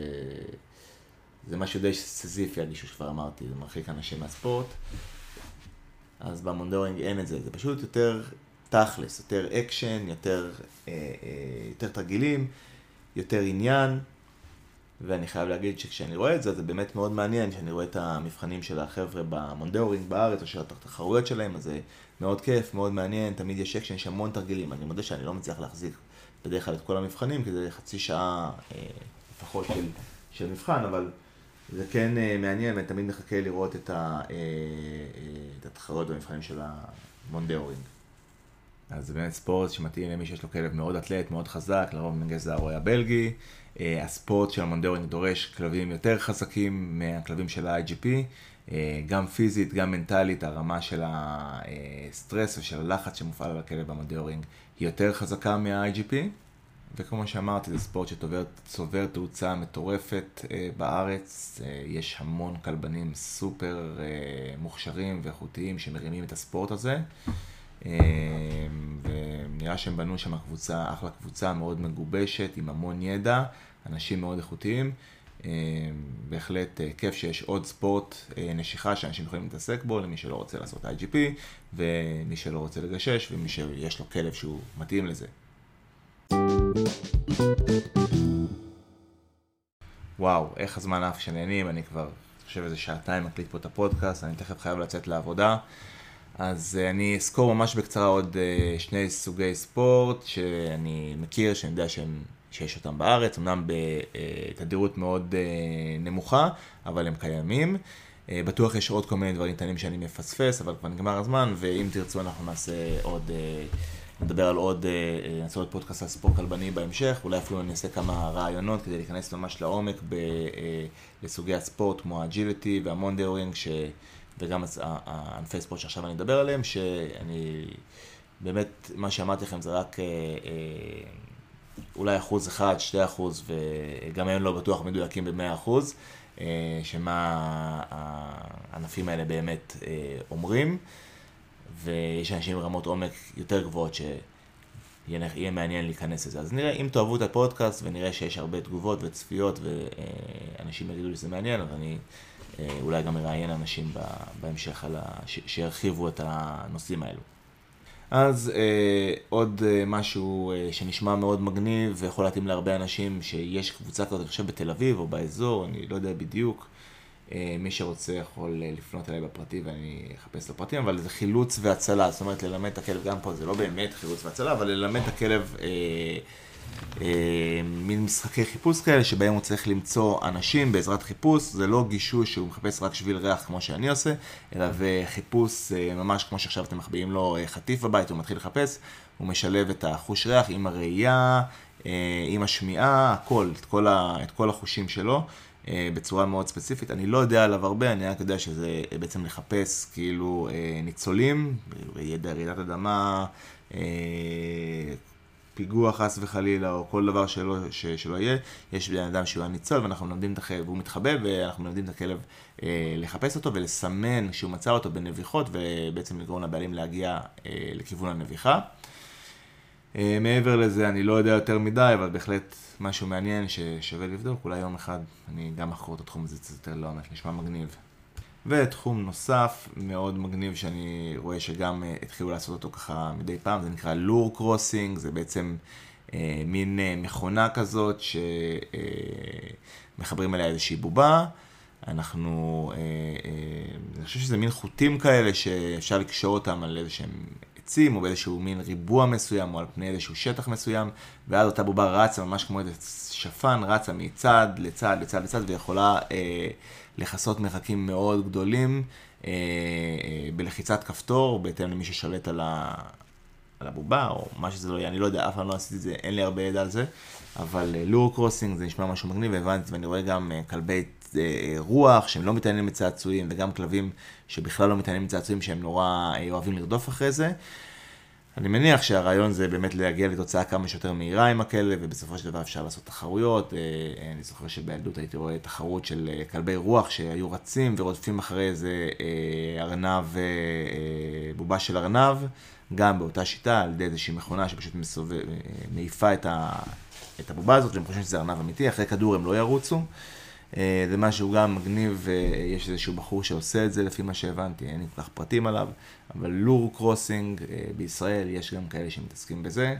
זה משהו די סזיפי, הגישוש כבר אמרתי, זה מרחיק אנשים מהספורט. אז במונדאורינג אין את זה, זה פשוט יותר תכלס, יותר אקשן, יותר תרגילים, יותר עניין, ואני חייב להגיד שכשאני רואה את זה, זה באמת מאוד מעניין, כשאני רואה את המבחנים של החבר'ה במונדאורינג בארץ, או של התחרויות שלהם, אז זה מאוד כיף, מאוד מעניין, תמיד יש אקשן, יש המון תרגילים, אני מודה שאני לא מצליח להחזיק בדרך כלל את כל המבחנים, כי זה חצי שעה לפחות של מבחן, אבל זה כן מעניין, אני תמיד מחכה לראות את התחרויות במבחנים של המונדאורינג. אז זה באמת ספורט שמתאים למי שיש לו כלב מאוד אתלט, מאוד חזק, לרוב מגזע הרועה הבלגי. הספורט של המונדאורינג דורש כלבים יותר חזקים מהכלבים של ה-IGP, גם פיזית, גם מנטלית, הרמה של הסטרס ושל הלחץ שמופעל על הכלב במונדאורינג היא יותר חזקה מה-IGP. וכמו שאמרתי, זה ספורט שצובר תאוצה מטורפת בארץ. יש המון כלבנים סופר מוכשרים ואיכותיים שמרימים את הספורט הזה. ונראה שהם בנו שם אחלה קבוצה מאוד מגובשת, עם המון ידע, אנשים מאוד איכותיים. בהחלט כיף שיש עוד ספורט נשיכה שאנשים יכולים להתעסק בו, למי שלא רוצה לעשות IGP, ומי שלא רוצה לגשש, ומי שיש לו כלב שהוא מתאים לזה. וואו, איך הזמן אף שנהנים, אני כבר חושב איזה שעתיים מקליט פה את הפודקאסט, אני תכף חייב לצאת לעבודה. אז אני אזכור ממש בקצרה עוד 2 סוגי ספורט שאני מכיר, שאני יודע שיש אותם בארץ, אמנם בתדירות מאוד נמוכה, אבל הם קיימים. בטוח יש עוד כל מיני דברים קטנים שאני מפספס, אבל כבר נגמר הזמן, ואם תרצו אנחנו נדבר על נעשה עוד פודקאסט על ספורט כלבני בהמשך, אולי אפילו אני אעשה כמה רעיונות כדי להיכנס ממש לעומק לסוגי הספורט כמו האג'יליטי והמונדאורינג, וגם הענפי ספורט שעכשיו אני אדבר עליהם, שאני באמת, מה שאמרתי לכם זה רק אולי 1%, 2%, וגם הם לא בטוח מדויקים ב100%, שמה הענפים האלה באמת אומרים, ויש אנשים ברמות עומק יותר גבוהות שיהיה מעניין להיכנס לזה. אז נראה, אם תאהבו את הפודקאסט ונראה שיש הרבה תגובות וצפיות ואנשים יגידו לי שזה מעניין, אז אני אולי גם מראיין אנשים בהמשך שירחיבו את הנושאים האלו. אז עוד משהו שנשמע מאוד מגניב ויכול להתאים להרבה אנשים, שיש קבוצה כזאת, אני חושב בתל אביב או באזור, אני לא יודע בדיוק. מי שרוצה יכול לפנות אליי בפרטי ואני אחפש לו פרטים, אבל זה חילוץ והצלה, זאת אומרת ללמד את הכלב, גם פה זה לא באמת חילוץ והצלה, אבל ללמד את הכלב מין משחקי חיפוש כאלה, שבהם הוא צריך למצוא אנשים בעזרת חיפוש. זה לא גישוש שהוא מחפש רק שביל ריח כמו שאני עושה, אלא וחיפוש ממש כמו שעכשיו אתם מחביאים לו חטיף בבית, הוא מתחיל לחפש, הוא משלב את החוש ריח עם הראייה, עם השמיעה, את כל החושים שלו, בצורה מאוד ספציפית. אני לא יודע עליו הרבה, אני רק יודע שזה בעצם לחפש כאילו ניצולים, רעידת אדמה, פיגוע חס וחלילה, או כל דבר שלא יהיה. יש בן אדם שהוא הניצול, ואנחנו מלמדים את הכלב, והוא מתחבא, ואנחנו מלמדים את הכלב לחפש אותו, ולסמן שהוא מצא אותו בנביחות, ובעצם לגרום לבעלים להגיע לכיוון הנביחה. מעבר לזה, אני לא יודע יותר מדי, אבל בהחלט משהו מעניין ששווה לבדוק. אולי יום אחד אני גם אחקור את התחום הזה קצת יותר לעומק, נשמע מגניב. ותחום נוסף מאוד מגניב שאני רואה שגם התחילו לעשות אותו ככה מדי פעם, זה נקרא לור קרוסינג. זה בעצם מין מכונה כזאת שמחברים אליה איזושהי בובה. אני חושב שזה מין חוטים כאלה שאפשר לקשור אותם על איזשהם עצים או באיזשהו מין ריבוע מסוים או על פני איזשהו שטח מסוים, ואז אותה בובה רצה ממש כמו איזה שפן, רצה מצד לצד לצד לצד, ויכולה לחסות מרחקים מאוד גדולים בלחיצת כפתור, בהתאם למי ששולט על הבובה או מה שזה לא יהיה. אני לא יודע, אף פעם לא עשיתי את זה, אין לי הרבה ידע על זה, אבל לור קרוסינג זה נשמע משהו מגניב, והבנתי, ואני רואה גם כלבי רוח שהם לא מתעניינים בצעצועים, וגם כלבים שבכלל לא מתעניינים בצעצועים שהם נורא אוהבים לרדוף אחרי זה. אני מניח שהרעיון זה באמת להגיע לתוצאה כמה שיותר מהירה עם הכלב, ובסופו של דבר אפשר לעשות תחרויות. אני זוכר שבילדות הייתי רואה תחרות של כלבי רוח שהיו רצים ורודפים אחרי איזה ארנב, בובה של ארנב, גם באותה שיטה, על ידי איזושהי מכונה שפשוט מעיפה את הבובה הזאת, והם חושבים שזה ארנב אמיתי, אחרי כדור הם לא ירוצו. זה משהו גם מגניב, יש איזשהו בחור שעושה את זה לפי מה שהבנתי, אין לי כל כך פרטים עליו, אבל לור קרוסינג בישראל, יש גם כאלה שמתעסקים בזה.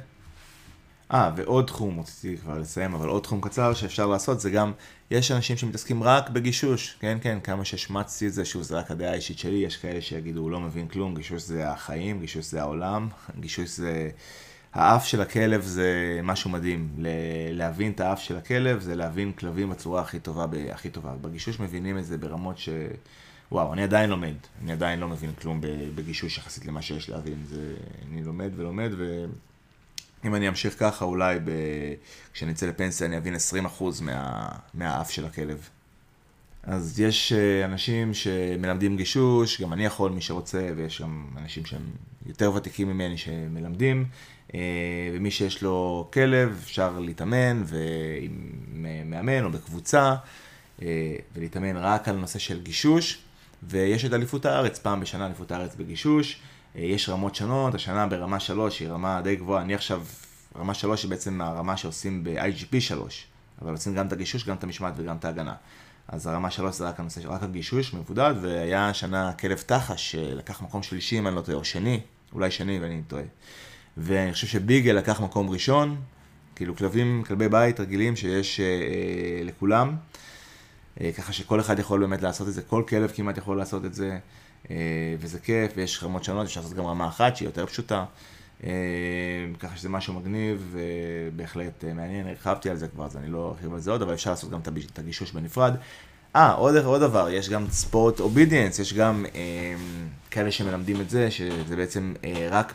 ועוד תחום, רציתי כבר לסיים, אבל עוד תחום קצר שאפשר לעשות, זה גם, יש אנשים שמתעסקים רק בגישוש, כן, כמה שהשמצתי את זה, שוב, זה רק הדעה האישית שלי, יש כאלה שיגידו, הוא לא מבין כלום, גישוש זה החיים, גישוש זה העולם, גישוש זה... האף של הכלב זה משהו מדהים. להבין את האף של הכלב זה להבין כלבים בצורה הכי טובה. בגישוש מבינים את זה ברמות וואו, אני עדיין לומד. אני עדיין לא מבין כלום בגישוש יחסית למה שיש להבין. אני לומד ולומד, ואם אני אמשיך ככה, אולי כשאני אצא לפנסיה אני אבין 20% מהאף של הכלב. אז יש אנשים שמלמדים גישוש, גם אני יכול, מי שרוצה, ויש גם אנשים שהם יותר ותיקים ממני שמלמדים, ומי שיש לו כלב אפשר להתאמן עם מאמן או בקבוצה, ולהתאמן רק על נושא של גישוש, ויש את אליפות הארץ, פעם בשנה אליפות הארץ בגישוש, יש רמות שונות, השנה ברמה 3 היא רמה די גבוהה, אני עכשיו, רמה 3 היא בעצם הרמה שעושים ב-IGP 3, אבל עושים גם את הגישוש, גם את המשמעת וגם את ההגנה. אז הרמה 3 זה רק הנושא, רק הגישוש מבודד, והיה שנה כלב תחש שלקח מקום שלישי, אם אני לא טועה, או שני, אולי שני ואני טועה. ואני חושב שביגל לקח מקום ראשון, כאילו כלבי בית רגילים שיש לכולם, ככה שכל אחד יכול באמת לעשות את זה, כל כלב כמעט יכול לעשות את זה, וזה כיף, ויש רמות שונות, אפשר לעשות גם רמה אחת שהיא יותר פשוטה, ככה שזה משהו מגניב ובהחלט מעניין. הרחבתי על זה כבר, אז אני לא ארחיב על זה עוד, אבל אפשר לעשות גם את הגישוש בנפרד. עוד דבר, יש גם ספורט אובידיאנס, יש גם כאלה שמלמדים את זה, שזה בעצם רק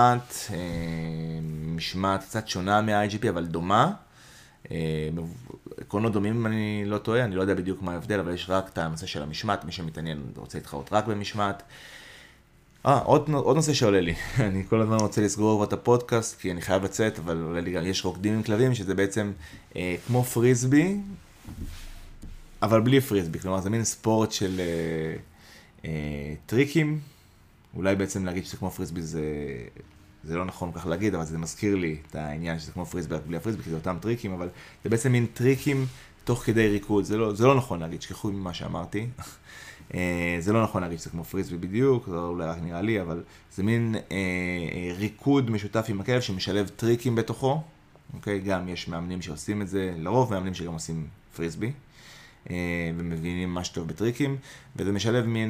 משמעת קצת שונה מה-IGP, אבל דומה. עקרונות דומים אם אני לא טועה, אני לא יודע בדיוק מה ההבדל, אבל יש רק את הנושא של המשמעת, מי שמתעניין רוצה להתחרות רק במשמעת. עוד נושא שעולה לי, אני כל הזמן רוצה לסגור את הפודקאסט, כי אני חייב לצאת, אבל עולה לי גם, יש רוקדים עם כלבים, שזה בעצם כמו פריסבי, אבל בלי פריסבי, כלומר זה מין ספורט של טריקים, אולי בעצם להגיד שזה כמו פריסבי זה לא נכון כך להגיד, אבל זה מזכיר לי את העניין שזה כמו פריסבי, בלי הפריסבי, כי זה אותם טריקים, אבל זה בעצם מין טריקים תוך כדי ריקוד, זה לא נכון להגיד, שכחו ממה שאמרתי. זה לא נכון להגיד שזה כמו פריסבי בדיוק, זה אולי רק נראה לי, אבל זה מין ריקוד משותף עם הכלב שמשלב טריקים בתוכו. אוקיי? גם יש מאמנים שעושים את זה, לרוב מאמנים שגם עושים פריסבי, ומבינים מה שטוב בטריקים, וזה משלב מין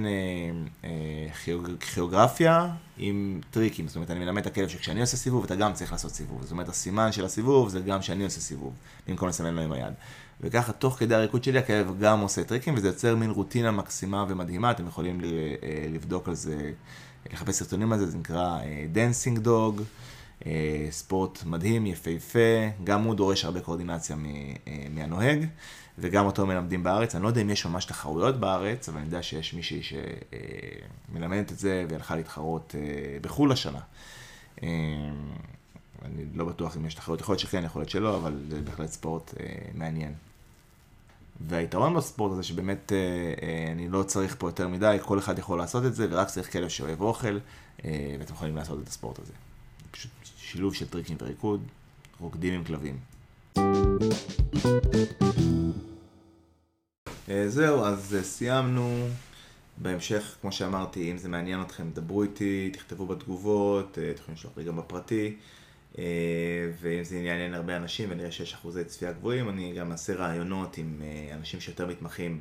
כיאוגרפיה עם טריקים. זאת אומרת, אני מלמד את הכלב שכשאני עושה סיבוב, אתה גם צריך לעשות סיבוב. זאת אומרת, הסימן של הסיבוב זה גם שאני עושה סיבוב, במקום לסמן לו עם היד. וככה, תוך כדי הריקוד שלי, הכלב גם עושה טריקים, וזה יוצר מין רוטינה מקסימה ומדהימה. אתם יכולים לבדוק על זה, לחפש סרטונים על זה, זה נקרא Dancing Dog, ספורט מדהים, יפהפה, גם הוא דורש הרבה קואורדינציה מהנוהג, וגם אותו מלמדים בארץ. אני לא יודע אם יש ממש תחרויות בארץ, אבל אני יודע שיש מישהי שמלמדת את זה והלכה להתחרות בחול השנה. אני לא בטוח אם יש תחרויות, יכול להיות שכן, יכול להיות שלא, אבל זה בהחלט ספורט מעניין. והיתרון בספורט הזה שבאמת אני לא צריך פה יותר מדי, כל אחד יכול לעשות את זה, ורק צריך כלב שאוהב אוכל, ואתם יכולים לעשות את הספורט הזה. פשוט שילוב של טריקים וריקוד, רוקדים עם כלבים. זהו, אז סיימנו. בהמשך, כמו שאמרתי, אם זה מעניין אתכם, דברו איתי, תכתבו בתגובות, אתם יכולים לשלוח לי גם בפרטי, ואם זה יעניין הרבה אנשים ונראה שיש אחוזי צפייה גבוהים, אני גם אעשה רעיונות עם אנשים שיותר מתמחים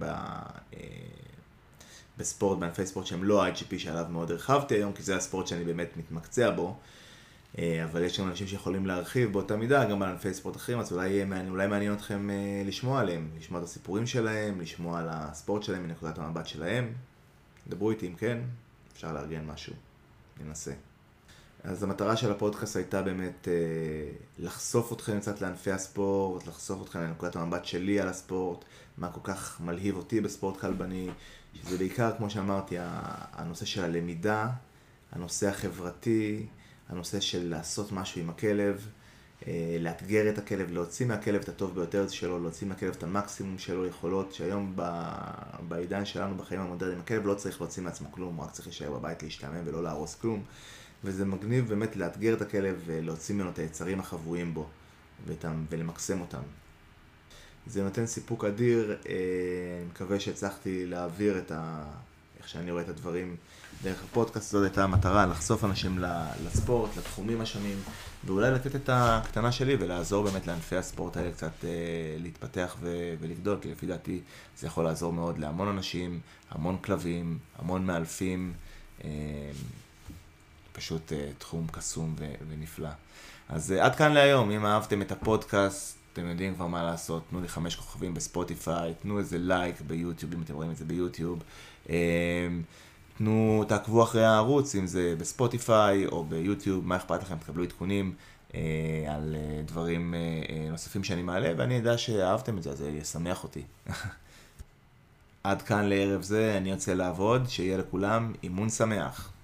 בספורט, בענפי ספורט שהם לא ה-IGP שעליו מאוד הרחבתי היום, כי זה הספורט שאני באמת מתמקצע בו, אבל יש גם אנשים שיכולים להרחיב באותה מידה, גם בענפי ספורט אחרים, אז אולי מעניין אתכם לשמוע עליהם, לשמוע את הסיפורים שלהם, לשמוע על הספורט שלהם מנקודת המבט שלהם. דברו איתי אם כן, אפשר לארגן משהו, ננסה. אז המטרה של הפודקאסט הייתה באמת לחשוף אתכם קצת לענפי הספורט, לחשוף אתכם לנקודת המבט שלי על הספורט, מה כל כך מלהיב אותי בספורט כלבני, שזה בעיקר, כמו שאמרתי, הנושא של הלמידה, הנושא החברתי, הנושא של לעשות משהו עם הכלב, לאתגר את הכלב, להוציא מהכלב את הטוב ביותר שלו, להוציא מהכלב את המקסימום שלו, יכולות שהיום בעידן שלנו, בחיים המודרניים, הכלב לא צריך להוציא מעצמו כלום, הוא רק צריך להישאר בבית להשתמם ולא להרוס כלום. וזה מגניב באמת לאתגר את הכלב ולהוציא ממנו את היצרים החבויים בו ולמקסם אותם. זה נותן סיפוק אדיר, אני מקווה שהצלחתי להעביר איך שאני רואה את הדברים דרך הפודקאסט. זאת הייתה המטרה, לחשוף אנשים לספורט, לתחומים השונים, ואולי לתת את הקטנה שלי ולעזור באמת לענפי הספורט האלה קצת להתפתח ולגדול, כי לפי דעתי זה יכול לעזור מאוד להמון אנשים, המון כלבים, המון מאלפים, פשוט תחום קסום ונפלא. אז עד כאן להיום. אם אהבתם את הפודקאסט, אתם יודעים כבר מה לעשות, תנו לי 5 כוכבים בספוטיפיי, תנו איזה לייק ביוטיוב, אם אתם רואים את זה ביוטיוב, תעקבו אחרי הערוץ, אם זה בספוטיפיי או ביוטיוב, מה אכפת לכם, תקבלו עדכונים על דברים נוספים שאני מעלה, ואני יודע שאהבתם את זה, אז זה ישמח אותי. עד כאן לערב זה, אני יוצא לעבוד, שיהיה לכולם אימון שמח.